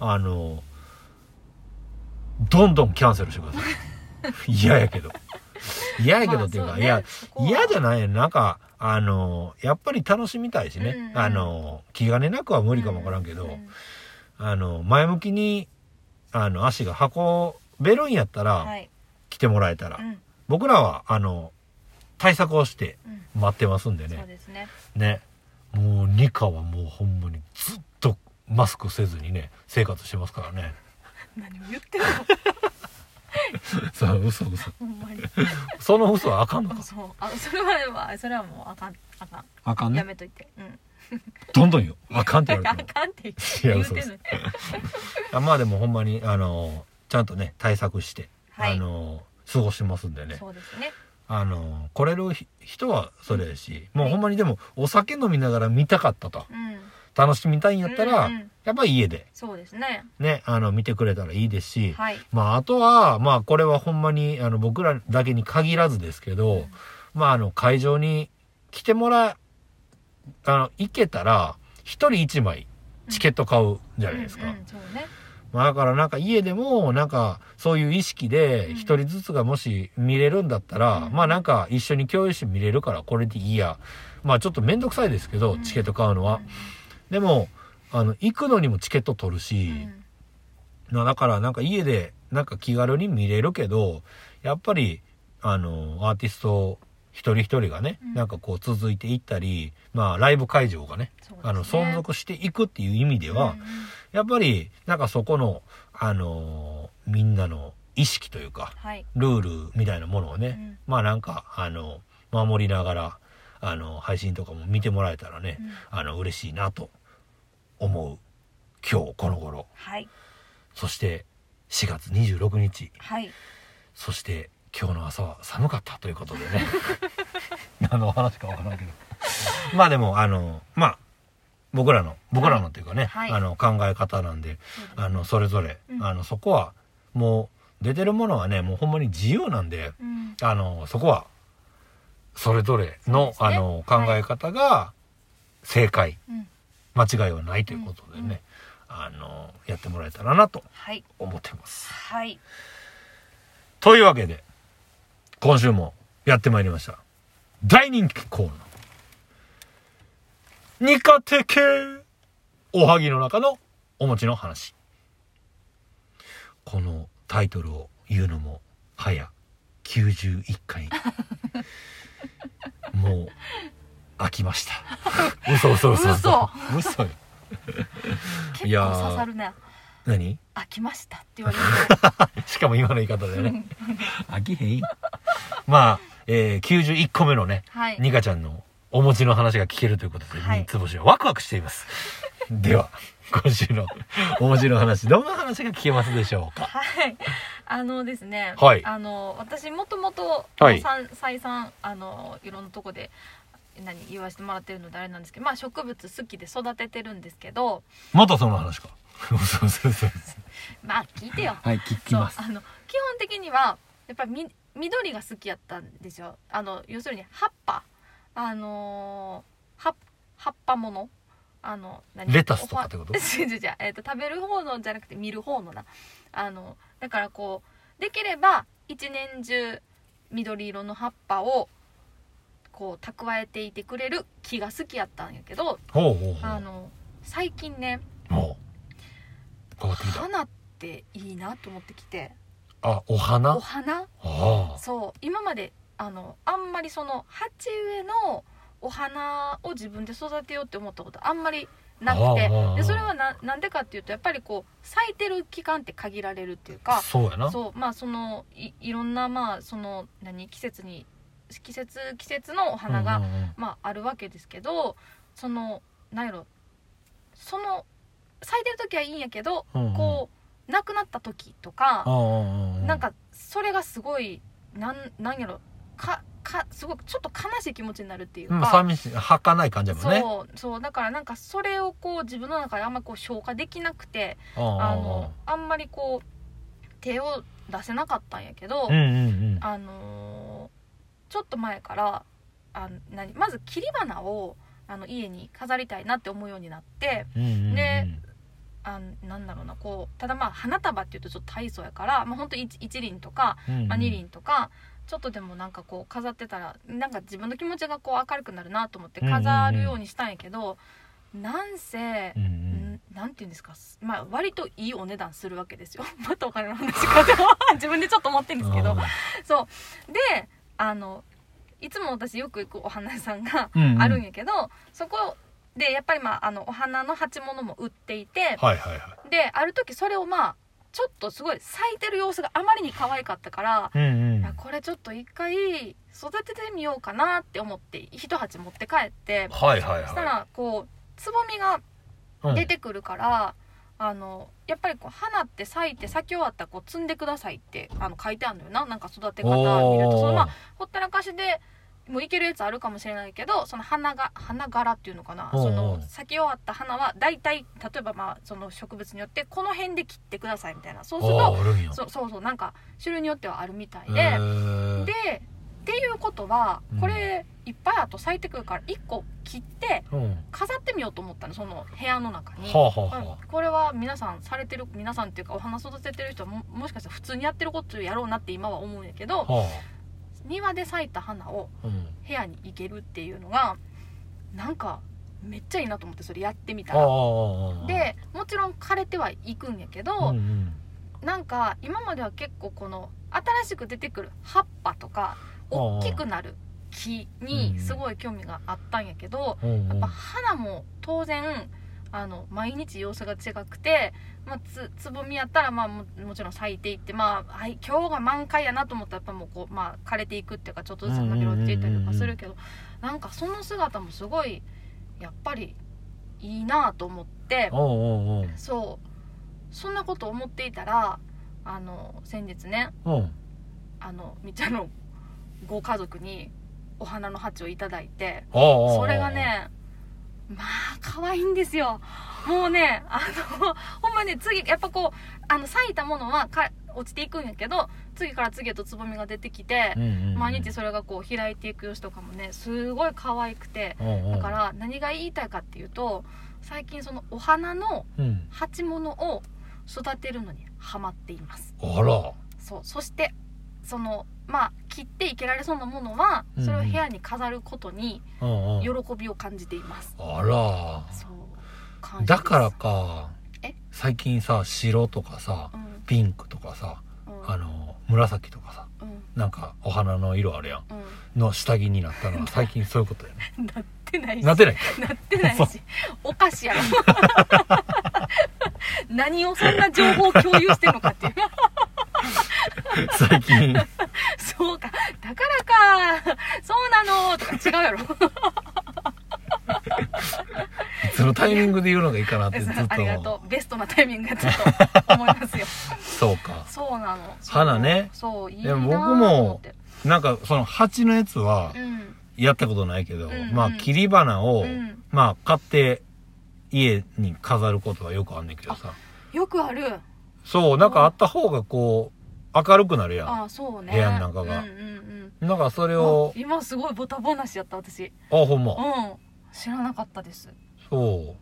どんどんキャンセルしてください。嫌やけどっていうか、いや嫌じゃないよ。なんかやっぱり楽しみたいしね、気兼ねなくは無理かもわからんけど、前向きに足が運べるんやったら、来てもらえたら、僕らは対策をして待ってますんでね。 そうですね。 ね、もうニカはもうほんまにずっとマスクせずにね生活してますからね。 何を言ってるの？ そう、嘘ほんまに。 その嘘はあかんのか。 そう、それはもうあかんね。やめといて。 どんどんよ、あかんって言われても。 あかんって言うてんの。 まあでもほんまにちゃんとね対策して、過ごしてますんでね。 そうですね。 来れる人はそれやし、もうほんまにでもお酒飲みながら見たかったと、楽しみたいんやったら、やっぱり家でそうですね、 見てくれたらいいですし、まああとはまあこれはほんまに僕らだけに限らずですけど、まあ会場に来てもら行けたら一人一枚チケット買うじゃないですか。 そうね。 まあだからなんか家でもなんかそういう意識で一人ずつがもし見れるんだったら、まあなんか一緒に共有して見れるからこれでいいや。まあちょっとめんどくさいですけど、チケット買うのは。でも、行くのにもチケット取るし、だからなんか家でなんか気軽に見れるけど、やっぱり、アーティスト一人一人がね、なんかこう続いていったり、まあライブ会場がね、存続していくっていう意味では、やっぱりなんかそこの、みんなの意識というか、ルールみたいなものをね、まあなんか、守りながら、配信とかも見てもらえたらね、嬉しいなと思う今日この頃。そして4月26日。そして今日の朝は寒かったということでね。何の話かわからないけど。まあでも、まあ、僕らのっていうかね、考え方なんで、それぞれ、そこは、もう、出てるものはね、もうほんまに自由なんで、そこは、それぞれの、考え方が、正解、間違いはないということでね、やってもらえたらなと、思ってます。というわけで、今週もやってまいりました。大人気コーナー。苦手系おはぎの中のお餅の話。このタイトルを言うのも早91回もう飽きました。嘘よ。 結構刺さるね。 何？ 飽きましたって言われる。しかも今の言い方でね。飽きへん。まあ、91個目のね、ニカちゃんのお餅の話が聞けるということで、三つ星はワクワクしています。では、今週のお餅の話、どんな話が聞けますでしょうか？ ですね、私もともと再三いろんなとこで言わせてもらってるのであれなんですけど、まあ植物好きで育ててるんですけど。 またその話か。そう。 まあ聞いてよ。 聞きます。 基本的にはやっぱり緑が好きやったんですよ。要するに葉っぱ。葉っぱものレタスとかってこと？ 食べる方のじゃなくて見る方のな。だからこうできれば一年中緑色の葉っぱをこう蓄えていてくれる木が好きやったんやけど、最近ね、花っていいなと思ってきて。 お花？ そう、今まであんまりその鉢植えのお花を自分で育てようって思ったことあんまりなくて、でそれはなんでかっていうと、やっぱりこう咲いてる期間って限られるっていうか、 そうやな。 まあそのいろんなまあその季節のお花が、まああるわけですけど、そのなんやろ、その咲いてる時はいいんやけど、こう亡くなった時とか、なんかそれがすごいなんやろすごくちょっと悲しい気持ちになるっていうか、 寂しい、儚い感じだもんね。 そうだからなんかそれをこう自分の中であんまりこう消化できなくて、あんまりこう手を出せなかったんやけど、ちょっと前からまず切り花を家に飾りたいなって思うようになって、でなんだろうな、こうただまあ花束っていうとちょっと大層やから、まあ、ほんと 1輪とか、2輪とかちょっとでもなんかこう飾ってたらなんか自分の気持ちがこう明るくなるなと思って飾るようにしたんやけど、なんせ、なんていうんですか、まあ割といいお値段するわけですよ。またお金の話か自分でちょっと思ってるんですけど、そうでいつも私よく行くお花屋さんがあるんやけど、そこでやっぱりまあお花の鉢物も売っていて、である時それをまあちょっとすごい咲いてる様子があまりに可愛かったから、これちょっと一回育ててみようかなって思って一鉢持って帰って、そしたらこうつぼみが出てくるから、やっぱりこう花って咲いて咲き終わったらこう摘んでくださいって書いてあるのよな。なんか育て方見ると、そのまあほったらかしでもういけるやつあるかもしれないけど、その花柄っていうのかな、その咲き終わった花は大体例えばまあその植物によってこの辺で切ってくださいみたいな、そうするとそうなんか種類によってはあるみたいで、 っていうことはこれいっぱいあと咲いてくるから1個切って飾ってみようと思ったの、その部屋の中に、これは皆さんされてる、皆さんっていうかお花育ててる人は もしかしたら普通にやってることやろうなって今は思うんやけど、庭で咲いた花を部屋に生けるっていうのがなんかめっちゃいいなと思って、それやってみたら、でもちろん枯れてはいくんやけど、なんか今までは結構この新しく出てくる葉っぱとか大きくなる木にすごい興味があったんやけど、やっぱ花も当然毎日様子が違くて、つぼみやったらもちろん咲いていって、今日が満開やなと思ったらやっぱもうこう、枯れていくっていうかちょっとずつ伸び落ちていったりとかするけど、なんかその姿もすごいやっぱりいいなと思って、そんなこと思っていたら先日ね、みっちゃんのご家族にお花の鉢をいただいて、それがね可愛いんですよ。もうねほんまね、次やっぱこう咲いたものは落ちていくんやけど、次から次へとつぼみが出てきて、毎日それがこう開いていく様子とかもねすごい可愛くて、だから何が言いたいかっていうと、最近そのお花の鉢物を育てるのにハマっています。そしてその切っていけられそうなものはそれを部屋に飾ることに喜びを感じています。 だからか最近さ、白とかさ、ピンクとかさ、紫とかさ、なんかお花の色あるやん、の下着になったのは最近そういうことやね。 なってないし、 なってないしおかしやろ何をそんな情報を共有してるのかっていう最近そうか、だからかそうなのとか違うやろいつのタイミングで言うのがいいかなってずっとありがとう、ベストなタイミングやったと思いますよそうか、 そうなの、 花ね。 そういいな。 でも僕もなんかその鉢のやつはやったことないけど、切り花を買って家に飾ることはよくあんねんけどさ。 よくある。 そう、なんかあった方がこう明るくなるやん。 そうね。 部屋の中が。なんかそれを今すごいボタボナしやった私。 ほんま。 知らなかったです。 そう。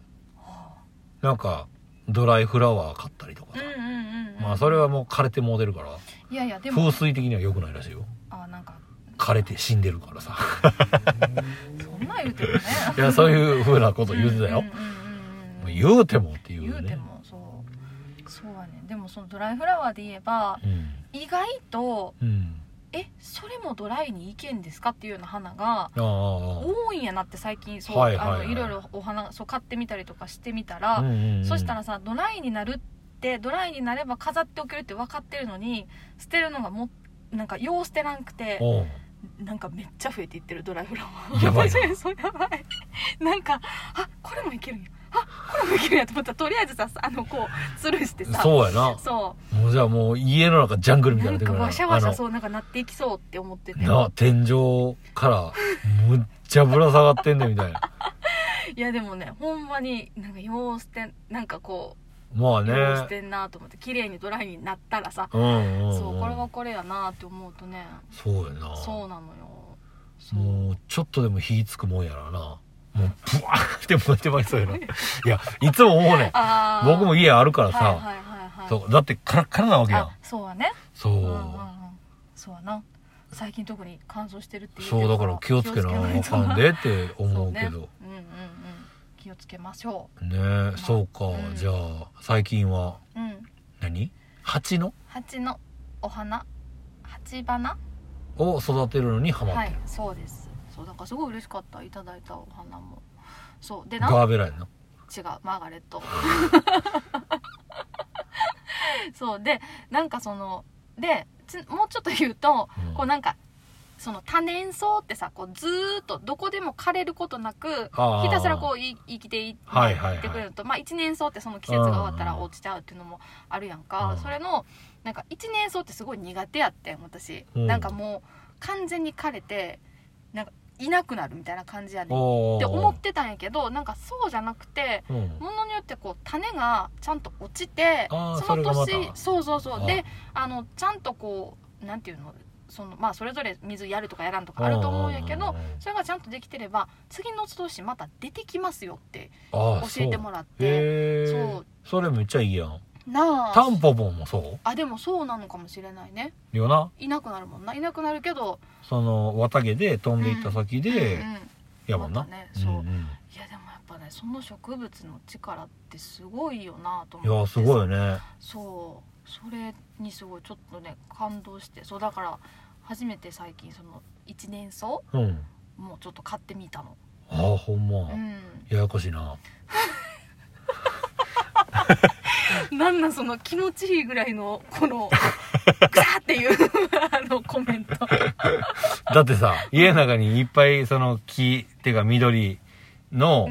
なんかドライフラワー買ったりとかさ。それはもう枯れてもうてるから。 いやでも風水的には良くないらしいよ。 なんか枯れて死んでるからさ。 そんな言うてもね。 いや、そういう風なこと言うてたよ。言うてもっていうね。 言うてもそうはね。でもそのドライフラワーで言えば、意外と、それもドライにいけんですかっていうような花が多いんやなって最近いろいろお花買ってみたりとかしてみたら、そしたらさ、ドライになれば飾っておけるって分かってるのに、捨てるのがなんかよう捨てなくて、なんかめっちゃ増えていってるドライフラワー。 やばいな。 そうやばい。なんかこれもいけるんや。これもいけるんやと思ったら、とりあえずさこう吊るしてさ。 そうやな。もうじゃあもう家の中ジャングルみたいな。 なんかわしゃわしゃなんかなっていきそうって思ってて。 天井からむっちゃぶら下がってんねみたいな。 いやでもね、ほんまになんかよう捨てなんかこう。 よう捨てんなと思って、綺麗にドライになったらさ、これはこれやなって思うとね。 そうやな。 そうなのよ。 もうちょっとでも火つくもんやらな。もうブワーって燃えてまいそうやな。いや、いつも思うねん。僕も家あるからさ、だってカラッカラなわけやん。 そうはね。そうやな。最近特に乾燥してるっていう。 そうだから気をつけなあかんでって思うけど。 気をつけましょうね。そうか。じゃあ最近は何？鉢のお花、鉢花を育てるのにハマってる。 はい、そうです。そうだからすごい嬉しかった、いただいたお花も。そうでガーベラやな。 違う、マーガレット。そうで、なんかもうちょっと言うと、こうなんかその多年草ってさ、こうずーっとどこでも枯れることなくひたすらこう生きていってくれると、一年草ってその季節が終わったら落ちちゃうっていうのもあるやんか。それのなんか一年草ってすごい苦手やってん私。なんかもう完全に枯れてなんかいなくなるみたいな感じやねんって思ってたんやけど、なんかそうじゃなくて、ものによってこう種がちゃんと落ちて、その年そうでちゃんとこうなんていうの、 それぞれ水やるとかやらんとかあると思うんやけど、それがちゃんとできてれば次の年また出てきますよって教えてもらって。 それめっちゃいいやんなあ。 タンポポもそう？ でもそうなのかもしれないね。 よな。 いなくなるもんな。いなくなるけど綿毛で飛んでいった先で、やもんな。 またね、そう、いやでもやっぱね、その植物の力ってすごいよなと思って。 いやすごいよね。 それにすごいちょっとね感動して、だから初めて最近その一年草もうちょっと買ってみたの。 ほんま、ややこしいな。 なんその気持ちいいぐらいのこのグサーっていうコメント。 だってさ、家の中にいっぱいその木っていうか緑の、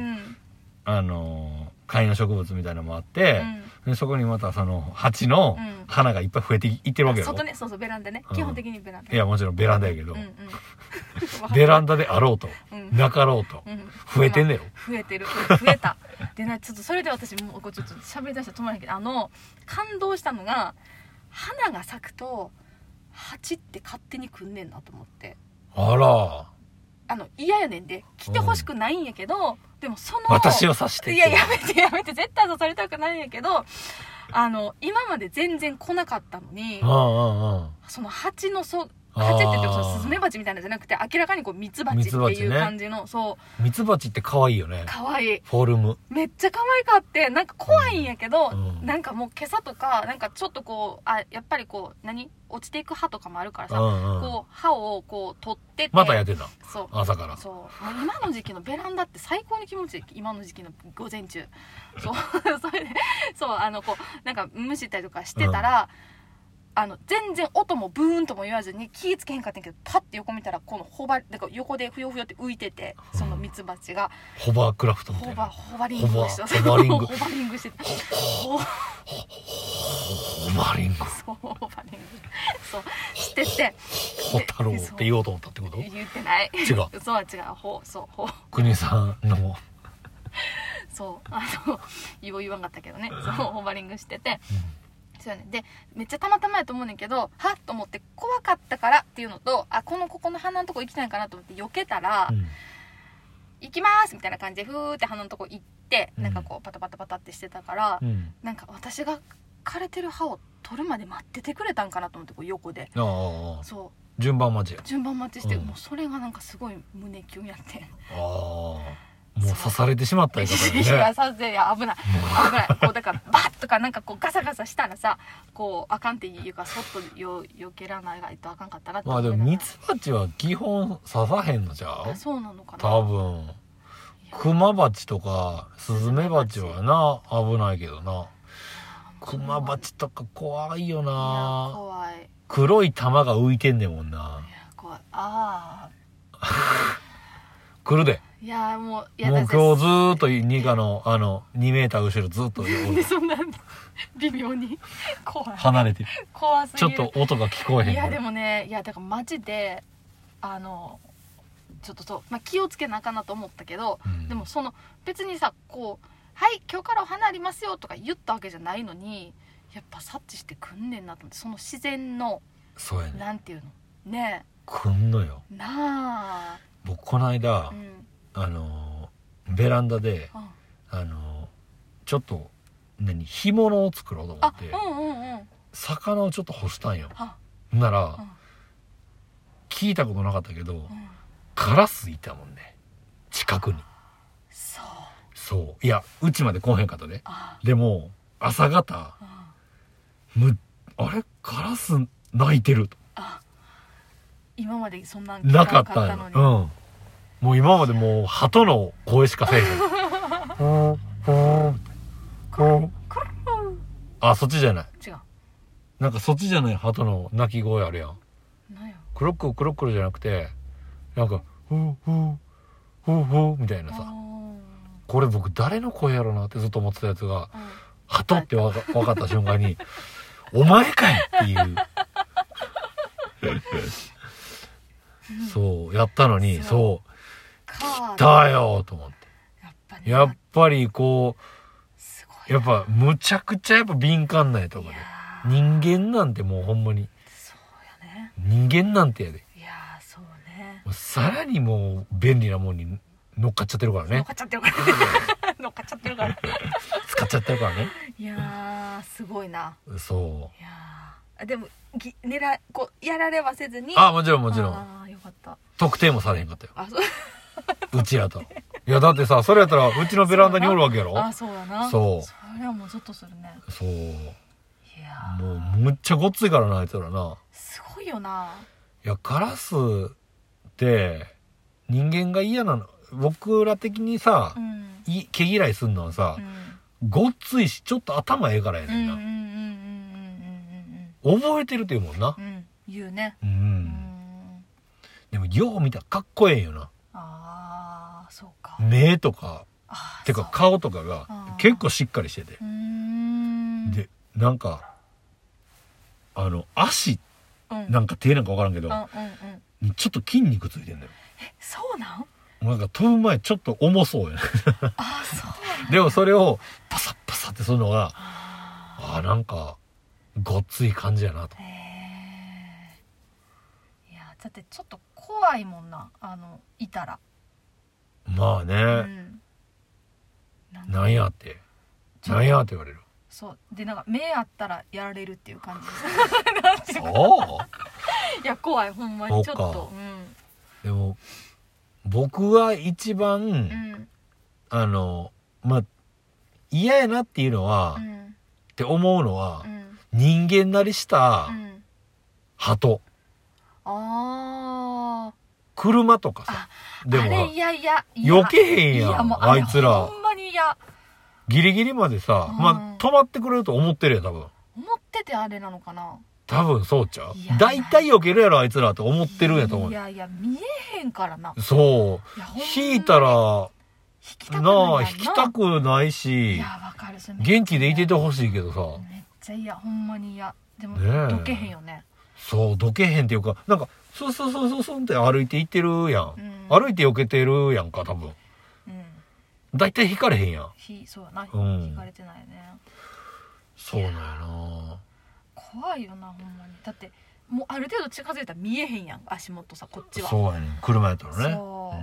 観葉植物みたいなのもあって、でそこにまたその鉢の花がいっぱい増えていってるわけよ。 外ね、そうベランダね、基本的にベランダ。 いやもちろんベランダやけど、ベランダであろうと、なかろうと、増えてんだよ。 増えてる、増えた。でな、ちょっとそれで私もうちょっと喋り出したら止まらないけど、感動したのが、花が咲くと蜂って勝手に来んねんなと思って。 あら。 嫌やねんで、来てほしくないんやけど、でも私を指して。 いや、やめて、絶対刺されたくないんやけど、今まで全然来なかったのに、その蜂の蜂って言ってもスズメバチみたいなのじゃなくて、明らかにこうミツバチっていう感じの、 ミツバチって可愛いよね。 可愛い。 フォルム。 めっちゃ可愛かって、なんか怖いんやけど、なんかもう今朝とか、なんかちょっとこう、やっぱりこう、落ちていく葉とかもあるからさ、こう、葉をこう取ってて。 またやってた。 そう。 朝から。 そう。もう今の時期のベランダって最高に気持ちいい。今の時期の午前中。そう。それで、こう、なんか蒸したりとかしてたら、全然音もブーンとも言わずに気ぃつけへんかったんやけど、パッて横見たらこのなんか横でふよふよって浮いてて、そのミツバチがホバークラフトみたいな。 ホバリングしてた。 ホバリングしてた。 ホバリング。 そう、ホバリング。そうしてて、 ホタロウって言おうと思ったってこと？ 言ってない。 違う。 そうは違う。 国さんのそう言わんかったけどね。そうホバリングしてて。そうね、でめっちゃたまたまやと思うねんけど、はっと思って怖かったからっていうのと、ここの鼻のとこ行きたいかなと思って避けたら、行きますみたいな感じでふーって鼻のとこ行って、なんかこうパタパタパタってしてたから、なんか私が枯れてる歯を取るまで待っててくれたんかなと思って、こう横で。 そう順番待ちして、もうそれがなんかすごい胸キュンやって。 もう刺されてしまったりとかね。 いや危ないこうだからバッとかなんかこうガサガサしたらさ、こうあかんっていうか、そっとよけらないとあかんかったなって。 でもミツバチは基本刺さへんのじゃう？ そうなのかな。 多分クマバチとかスズメバチはな危ないけどな。クマバチとか怖いよな。 怖い。 黒い玉が浮いてんねんもんな。いや怖い。 来るで。 いやもう今日ずーっとニカの2メーター後ろずっとでそんな微妙に怖い。 離れてる。 怖すぎる。 ちょっと音が聞こえへん。 いやでもね、だからマジでちょっと気をつけなあかんなと思ったけど、でも別にさ、こうはい今日からお花ありますよとか言ったわけじゃないのに、やっぱ察知してくんねんなと思って、その自然のそうやね。 なんていうのね。 くんのよ。 なあ。 僕この間。ベランダで、ちょっと干物を作ろうと思って、魚をちょっと干したんよ。なら、聞いたことなかったけど、カラスいたもんね、近くに。そういや、うちまで来へんかったで。でも朝方、あれカラス鳴いてると。 今までそんなんなかったのに。もう今までもう鳩の声しかせえへん。そっちじゃない。 違う。 なんかそっちじゃない鳩の鳴き声あるやん。クロッククロックルじゃなくて、なんかフーフーフーフーみたいなさ。これ僕誰の声やろなってずっと思ってたやつが、鳩って分かった瞬間にお前かいっていう。そうやったのに、そう来たよと思って。やっぱりこう、やっぱむちゃくちゃやっぱ敏感なやとかで、人間なんてもうほんまにそうやね。 人間なんてやで。 いやーそうね。 さらにもう便利なもんに乗っかっちゃってるからね。 乗っかっちゃってるから乗っかっちゃってるから使っちゃってるからね。 いやーすごいな。 そう。 いやでもこうやられはせずに。 あ、もちろんもちろん。 ああよかった。 特定もされへんかったよ。 あ、そううちやと。いやだってさ、それやったらうちのベランダにおるわけやろ。 あ、そうだな。 そう。 それはもうゾッとするね。 そう。いやもうむっちゃごっついからな、あいつらな。 すごいよな。 いや、カラスって人間が嫌なの。僕ら的にさ、毛嫌いすんのはさ、ごっついしちょっと頭ええからやねんな。覚えてるって言うもんな。 言うね。 でもよう見たらかっこええんよな。 ああ、そうか。 目とかてか顔とかが結構しっかりしてて、でなんか足、なんか手なんか分からんけど、にちょっと筋肉ついてんだよ。 そうなん？ なんか飛ぶ前ちょっと重そうやね。 あ、そうなん。 でもそれをパサッパサってするのがなんかごっつい感じやなと。 いやだってちょっと怖いもんな、いたら。 まあね、なんやって言われる。 そうで、なんか目あったらやられるっていう感じ。 そういや怖い、ほんまにちょっと。 でも僕は一番、まあ嫌やなっていうのは、って思うのは、人間なりした鳩、車とかさ、でも避けへんやん、あいつら。 ほんまに嫌。 ギリギリまでさ、まあ止まってくれると思ってるやん、多分。 思っててあれなのかな。 多分そうちゃう。大体避けるやろあいつらと思ってるんやと思う。 いやいや見えへんからな。 そう引いたら引きたくないし、 いやわかる。 元気でいててほしいけどさ、 めっちゃ嫌、ほんまに嫌。でもどけへんよね。 そうどけへんっていうか、なんかそうって歩いていってるやん、歩いて避けてるやんか多分。大体引かれへんやん。 そうやな、引かれてないね。 そうなんやな。 怖いよなほんまに。だってもうある程度近づいたら見えへんやん、足元さ、こっちは。 そうやねん、車やったらね。 そう、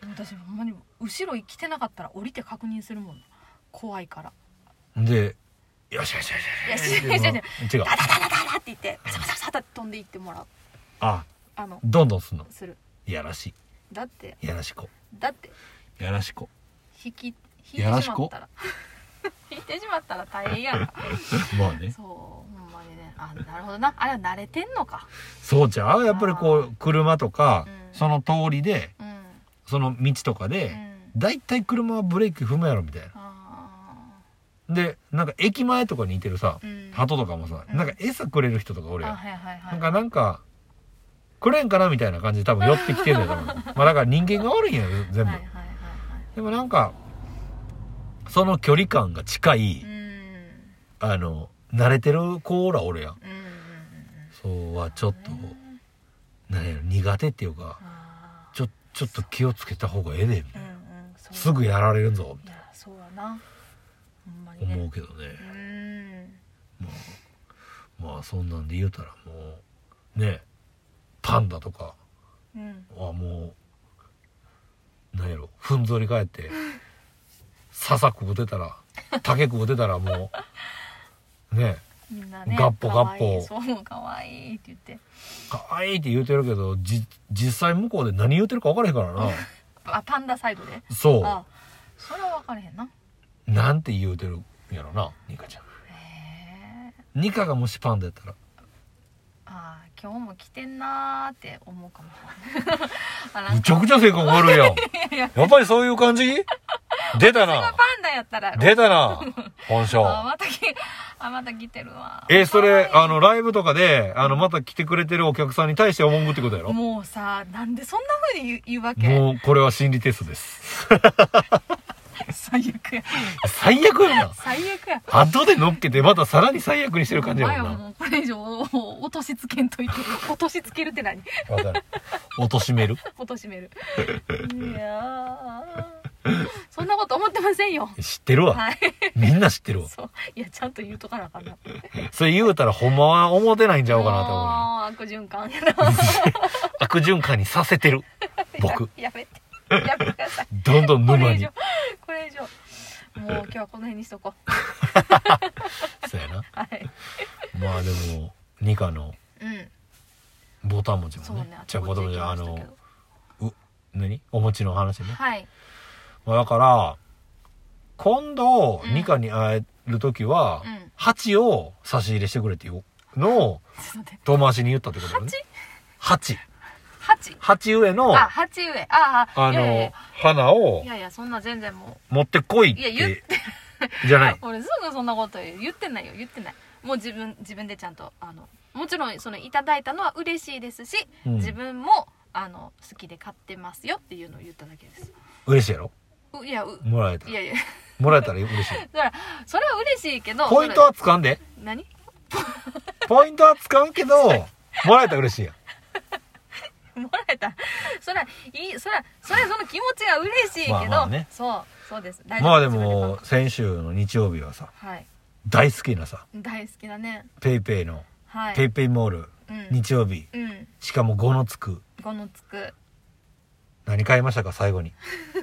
私ほんまに後ろ来てなかったら降りて確認するもん、怖いから。 でよし違うダダダダダって言ってパサパサパサって飛んでいってもらう。 どんどんすんの。 する。 いやらしい。 だってやらしこ。 だってやらしこ。 引いてしまったら引いてしまったら大変やんか。 まあね。 そうほんまにね。なるほどな。あれは慣れてんのか。 そうちゃう。やっぱりこう車とか、その通りで、その道とかで、だいたい車はブレーキ踏むやろみたいな。でなんか駅前とかにいてるさ、鳩とかもさ、なんか餌くれる人とかおるやん。なんかくれんかなみたいな感じで多分寄ってきてんだよ多分。まあだから人間が悪いんやよ全部。でもなんかその距離感が近い、慣れてる子らおるやん。そうはちょっと何やろ、苦手っていうか、ちょっと気をつけた方がええでみたいな、すぐやられるぞみたいな。 そうやなほんまにね、 思うけどね。まあそんなんで言うたらもうね、パンダとかはもう何やろ、ふんぞり返って笹くぐってたら竹くぐってたらもうね、 みんなねガッポガッポ、 そうかわいいって言ってかわいいって言うてるけど、実際向こうで何言うてるか分からへんからな。 パンダサイドで。 そう、 それは分からへんな。 なんて言うてるんやろな、ニカちゃん。ニカがもしパンダやったら、 今日も来てんなーって思うかもしれない。 むちゃくちゃ性格悪いやん。やっぱりそういう感じ出たな。 パンダやったら出たな本性。 また来てるわ。 それライブとかでまた来てくれてるお客さんに対して文句ってことやろ。 もうさ、なんでそんな風に言うわけ。 もうこれは心理テストです最悪や。 最悪やな。 最悪や。 後で乗っけてまたさらに最悪にしてる感じやもんな。 もうこれ以上落としつけんといて。落としつけるって何？ わかる。落としめる。 落としめる。いやーそんなこと思ってませんよ。 知ってるわ。 はい。 みんな知ってるわ。 そう。いや、ちゃんと言うとかなあかんな。 それ言うたらほんまは思ってないんちゃうかなと思う。 悪循環やな。 悪循環にさせてる。僕。 やめて。やめてください。 どんどん沼に。 これ以上。もう今日はこの辺にしとこう。そうやな。 はい。 まあでも、ニカのボタン餅もね。じゃあボタン餅何お餅の話ね。 はい。 まあだから、今度、ニカに会えるときは、鉢を差し入れしてくれっていうのを、遠回しに言ったってことだね。鉢植えの、 鉢植え。 花を、 いやいや、そんな全然もう。持ってこいって。 いや、言って。 じゃない。 俺すぐそんなこと言ってないよ、言ってない。もう自分でちゃんと、もちろん、いただいたのは嬉しいですし、自分も、好きで買ってますよっていうのを言っただけです。 嬉しいやろ？ いや、 もらえたら。 いやいや。 もらえたら嬉しい。 それは嬉しいけど。 ポイントはつかんで。 何？ ポイントはつかんけど、もらえたら嬉しいやん。もらえたら、それその気持ちが嬉しいけど、 まあね、 そうです。 まあでも、先週の日曜日はさ、 はい、 大好きなさ、 大好きだね。 ペイペイの、 はい、 ペイペイモール、日曜日、しかも5のつく。 5のつく。 何買いましたか、最後に。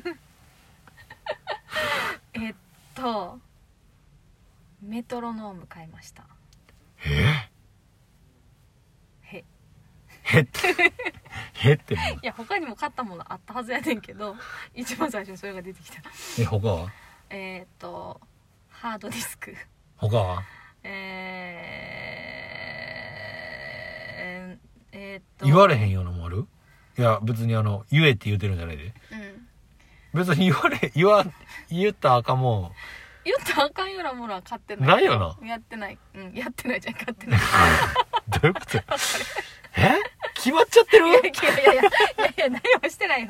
メトロノーム買いました。 へっていや、他にも買ったものあったはずやねんけど、一番最初にそれが出てきた。 他は？ ハードディスク。 他は？言われへんようなもんある？いや、別に言えって言うてるんじゃないで。別に言ったらあかんもん。 言ったらあかんようなものは買ってない。 ないよな。 やってないじゃん、買ってない。 どういうこと？決まっちゃってる？ いや、何もしてないよ。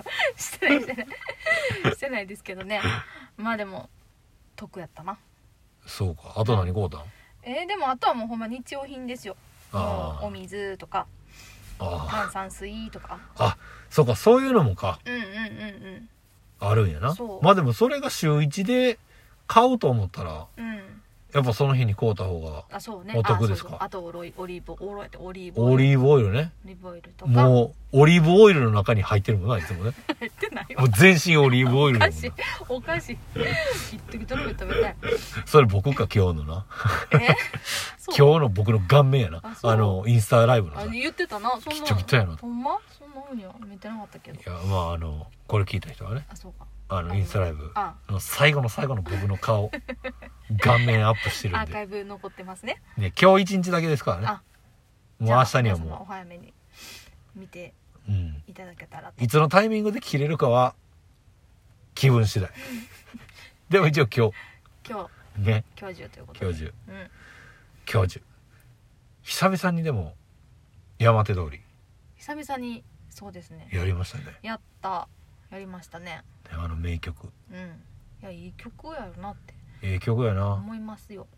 してないですけどね。まあでも、得やったな。 そうか。あと何買うたん？ でもあとはもうほんま日用品ですよ。お水とか、炭酸水とか。 そうか、そういうのもか。 うん。 あるんやな。まあでもそれが週1で買うと思ったら、やっぱその日に買うた方がお得ですか？ あとオリーブオイルね。 オリーブオイルとか。 もうオリーブオイルの中に入ってるもんな、いつもね。 入ってないわ。 もう全身オリーブオイルだもんな。 おかしい。一時食べたい。 それ僕か今日のな。今日の僕の顔面やな。インスタライブのさ。 言ってたな。そんな。 きっちょきっちょやな。 ほんま？そんな風には見てなかったけど。 いや、まあこれ聞いた人はね。 そうか。 インスタライブの最後の僕の顔顔面アップしてるんでアーカイブ残ってますね。 今日1日だけですからね。もう明日にはもうお早めに見ていただけたらいつのタイミングで切れるかは気分次第。でも一応今日ね、 今日中ということで、 今日中久々にでも山手通り久々にそうですねやりましたね。 やりましたね。 名曲。 いや、いい曲やろなって。 いい曲やな。 思いますよ。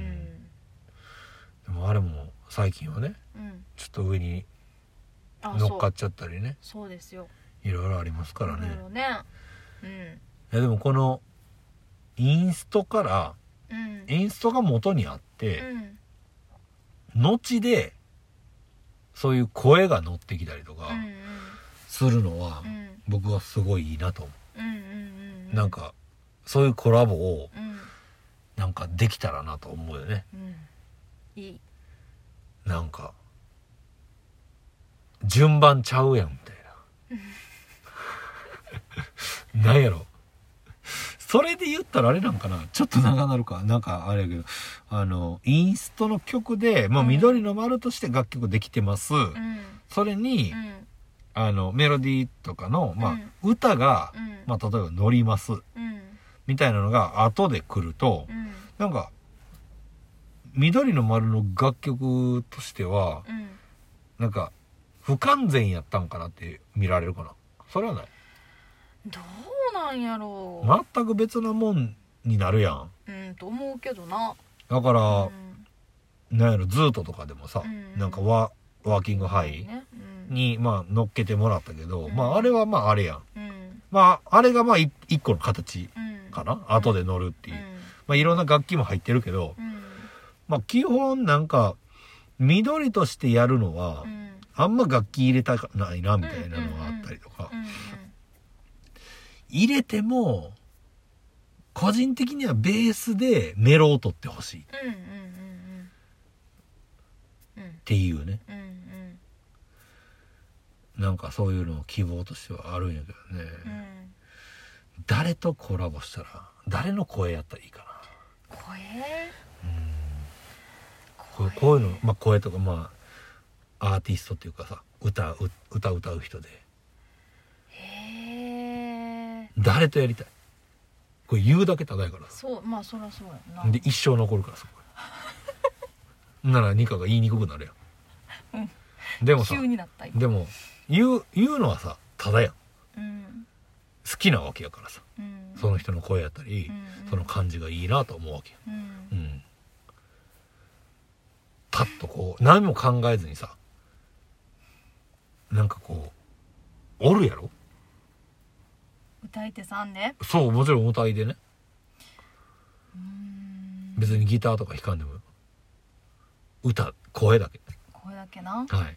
でもあれも最近はね、ちょっと上に乗っかっちゃったりね。 そうですよ。 いろいろありますからね。 いやでもこのインストから、インストが元にあって、後でそういう声が乗ってきたりとかするのは、僕はすごいいいなと思う。なんかそういうコラボをなんかできたらなと思うよね。 いい。 なんか順番ちゃうやんみたいな。なんやろ。それで言ったらあれなんかな。ちょっと長なるか。なんかあれやけど、インストの曲で、緑の丸として楽曲できてます。それに、メロディーとかの、歌が、例えば乗ります、みたいなのが後で来ると、なんか緑の丸の楽曲としては、なんか不完全やったんかなって見られるかな。それはない。 どうなんやろう。 全く別なもんになるやん。 と思うけどな。 だから、なんやろ、ズートとかでもさ、なんかワーキングハイに乗っけてもらったけど、あれはあれやん。 まああれがまあ一個の形かな、後で乗るっていう、まあいろんな楽器も入ってるけど、まあ基本なんか緑としてやるのは、あんま楽器入れたくないなみたいなのがあったりとか、入れても個人的にはベースでメロを取ってほしいっていうね、なんかそういうのを希望としてはあるんやけどね、誰とコラボしたら誰の声やったらいいかな。こういうの、まあ声とか、まあアーティストっていうかさ、歌う人で誰とやりたい。これ言うだけただやから。 そう、まあそりゃそうやな。 で一生残るからそこならニカが言いにくくなるやん、でもさ、 急になったでも言うのはさただやん、好きなわけやからさ、その人の声やったり、その感じがいいなと思うわけや、パッとこう何も考えずにさ、なんかこうおるやろ、 歌い手さんね。 そう、もちろん歌いでね、別にギターとか弾かんでも声だけな、はい、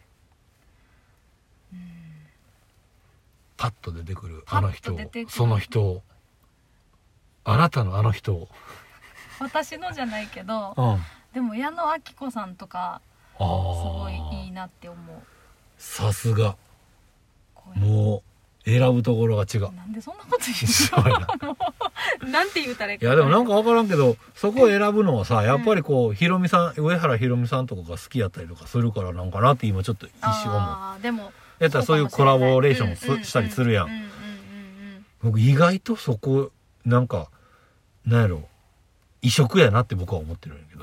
パッと出てくるあの人、その人、あなたのあの人、 私のじゃないけど、でも矢野顕子さんとかすごいいいなって思う。 さすが、もう選ぶところが違う。 なんでそんなこと言うのなんて言うたらいいか。 いやでもなんか分からんけど、そこを選ぶのはさ、やっぱりこうひろみさん、上原ひろみさんとかが好きやったりとかするからなんかなって今ちょっと一瞬思う。 でもやったらそういうコラボレーションしたりするやん。僕意外とそこなんかなんやろ、異色やなって僕は思ってるんやけど。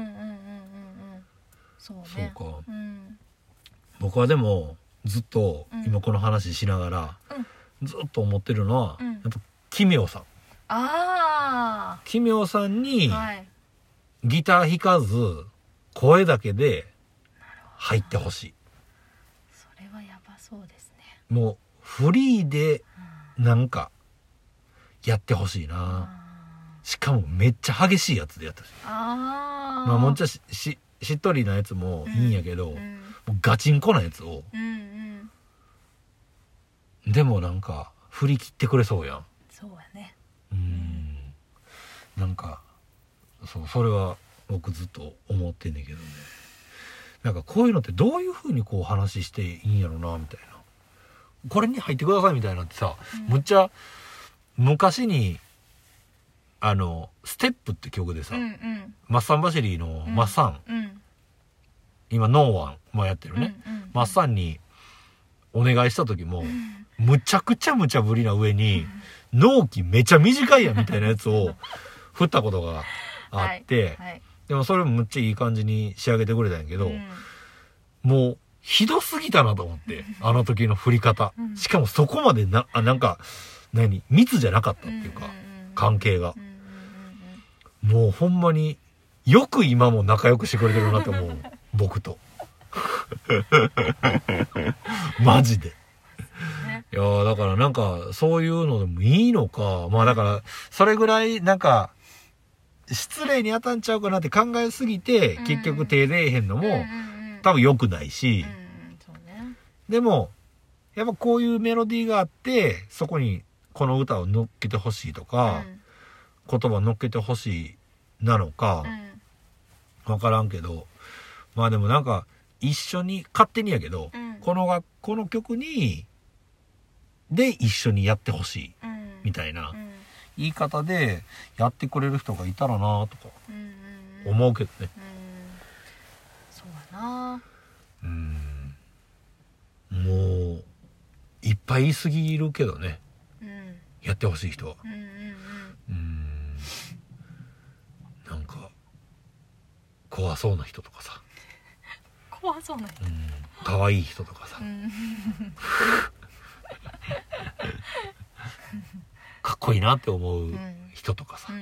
そうね。 そうか。僕はでもずっと今この話しながら、ずっと思ってるのは、やっぱ奇妙さん。奇妙さんにギター弾かず声だけで入ってほしい。 それはやばそうですね。 もうフリーでなんかやってほしいな。しかもめっちゃ激しいやつでやってほしい。まあもんちゃしっとりなやつもいいんやけど、もうガチンコなやつを、でもなんか振り切ってくれそうやん。 そうやね。 なんかそれは僕ずっと思ってんねんけどね。なんかこういうのってどういう風にこう話していいんやろなみたいな、これに入ってくださいみたいなってさ、むっちゃ昔にステップって曲でさ、マッサンバシリーのマッサン、今ノーワンもやってるね、マッサンにお願いした時も、むちゃくちゃ無茶ぶりな上に、納期めちゃ短いやみたいなやつを振ったことがあって、でもそれもむっちゃいい感じに仕上げてくれたんやけど、もうひどすぎたなと思って、あの時の振り方、しかもそこまでなんか密じゃなかったっていうか、関係がもうほんまによく今も仲良くしてくれてるなと思う僕とマジで。いやだからなんかそういうのでもいいのか、まあだからそれぐらいなんか失礼に当たんちゃうかなって考えすぎて、結局手出えへんのも多分良くないし、でもやっぱこういうメロディーがあって、そこにこの歌を乗っけてほしいとか、言葉乗っけてほしいなのか分からんけど、まあでもなんか一緒に勝手にやけど、この曲にで一緒にやってほしいみたいな言い方でやってくれる人がいたらなとか思うけどね。 そうやな。 もういっぱい言い過ぎるけどね、やってほしい人は。なんか怖そうな人とかさ、 怖そうな人、 可愛い人とかさ、かっこいいなって思う人とかさ、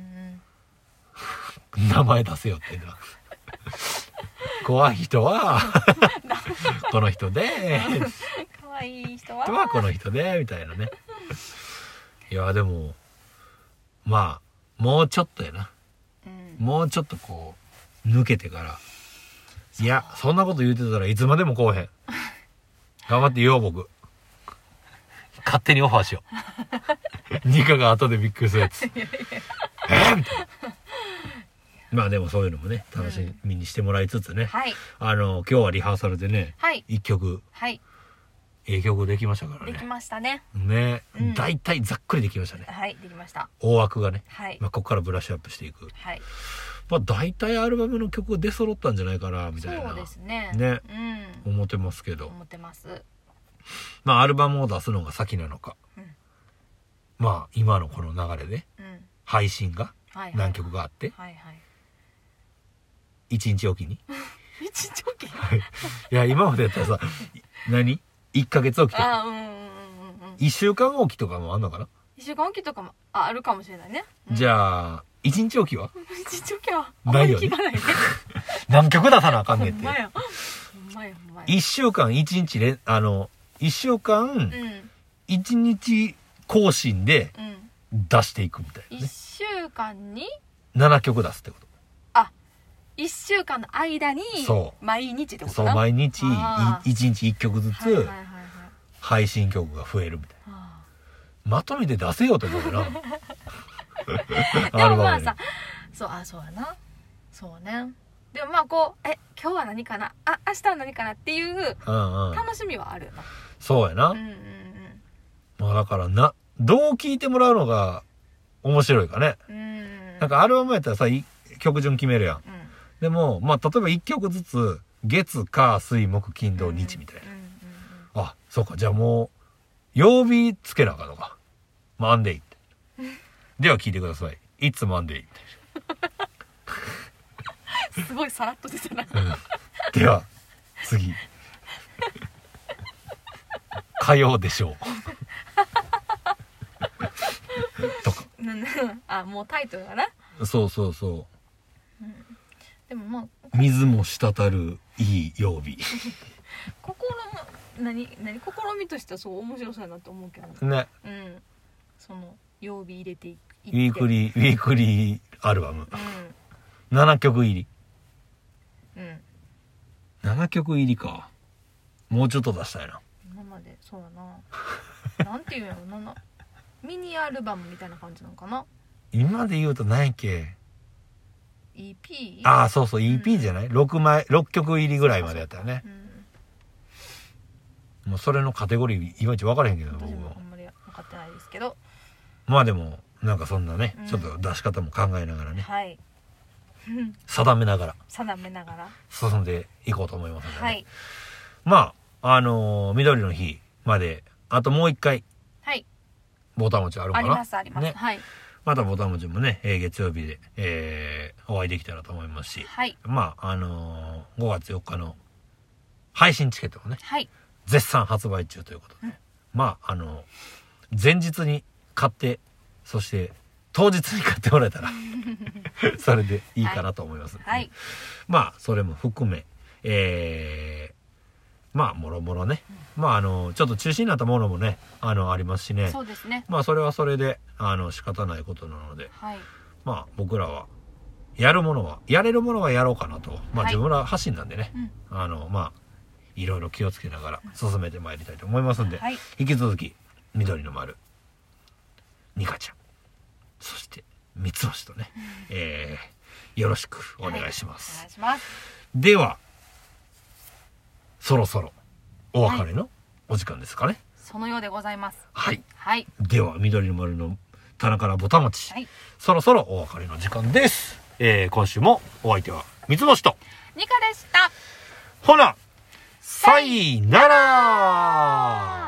名前出せよってな怖い人はこの人で、 可愛い人はこの人でみたいなね。 いやでもまあもうちょっとやな、もうちょっとこう抜けてから、いやそんなこと言うてたらいつまでも来おへん頑張って言おう僕勝手にオファーしようニカが後でびっくりするやつみたいなまあでもそういうのもね楽しみにしてもらいつつね、 はい、 今日はリハーサルでね、 はい、 1曲、 はい、 曲できましたからね。 できましたね。 ね、大体ざっくりできましたね。 はい、できました。 大枠がね、 はい、 まあここからブラッシュアップしていく。 はい、 まあ大体アルバムの曲出揃ったんじゃないかなみたいな。 そうですね。 ね、思ってますけど。 思ってます。 まあアルバムを出すのが先なのか、まあ今のこの流れで、配信が何曲があって、1日おきに 1日おきいや今までやったらさ何1ヶ月おきとか1週間おきとかもあんのかな。 1週間おきとかもあるかもしれないね、 じゃあ1日おきは 1日おきはないよね何曲出さなあかんねんって1週間1日で1週間1日更新で出していくみたいなね。 1週間に 7曲出すってこと。 あ、1週間の間に毎日ってことかな。 そう、毎日1日1曲ずつ配信曲が増えるみたいな。まとめて出せようと思うよなでもまあさ、そうやな、そうね。でもまあこう今日は何かな、明日は何かなっていう楽しみはあるよな。 そうやな。まあだからどう聴いてもらうのが面白いかね。なんかアルバムやったらさ曲順決めるやん、でもまあ例えば1曲ずつ月火水木金土日みたいな、あ、そうか、じゃあもう曜日つけなあかんのか、マンデーってでは聴いてください It's Monday みたいなすごいさらっと出てない、 では次火曜でしょうとかもうタイトルがな。 そうそうそう、 でもまあ水も滴るいい曜日試みとしてはそう面白そうやなと思うけどね。 その曜日入れていくウィークリーアルバム、7曲入り、7曲入りか。もうちょっと出したいな。 今までそうやななんていうんやろな、ミニアルバムみたいな感じなのかな。 今で言うと何やっけ、 EP？ そうそう EP じゃない、6曲入りぐらいまでやったよね。もうそれのカテゴリーいまいち分からへんけど、 僕もあんまり分かってないですけど、 まあでもなんかそんなね、ちょっと出し方も考えながらね、 はい定めながら進んでいこうと思いますので、ね、 はい、 まあ緑の日まであともう一回、 はい、 ぼたもちあるかな。 あります、ね、はい、 またぼたもちもね、月曜日で、お会いできたらと思いますし、 はい、 まあ5月4日の配信チケットもね、 はい、 絶賛発売中ということで、まあ前日に買って、そして当日に買ってもらえたらそれでいいかなと思います、ね、 はい、 まあそれも含めまあもろもろね、まあちょっと中止になったものもねありますしね。 そうですね。 まあそれはそれで仕方ないことなので、 はい、 まあ僕らはやれるものはやろうかなと、まあ自分ら発信なんでね、まあいろいろ気をつけながら進めてまいりたいと思いますんで、 はい、 引き続き緑の丸ニカちゃん、そして三つ星とね、よろしくお願いします、 はい、お願いします。 ではそろそろお別れのお時間ですかね。 そのようでございます。 はい、 はい、 では緑の丸の棚からぼたもち、 はい、 そろそろお別れの時間です。今週もお相手は三つ星とニカでした。 ほなさいなら。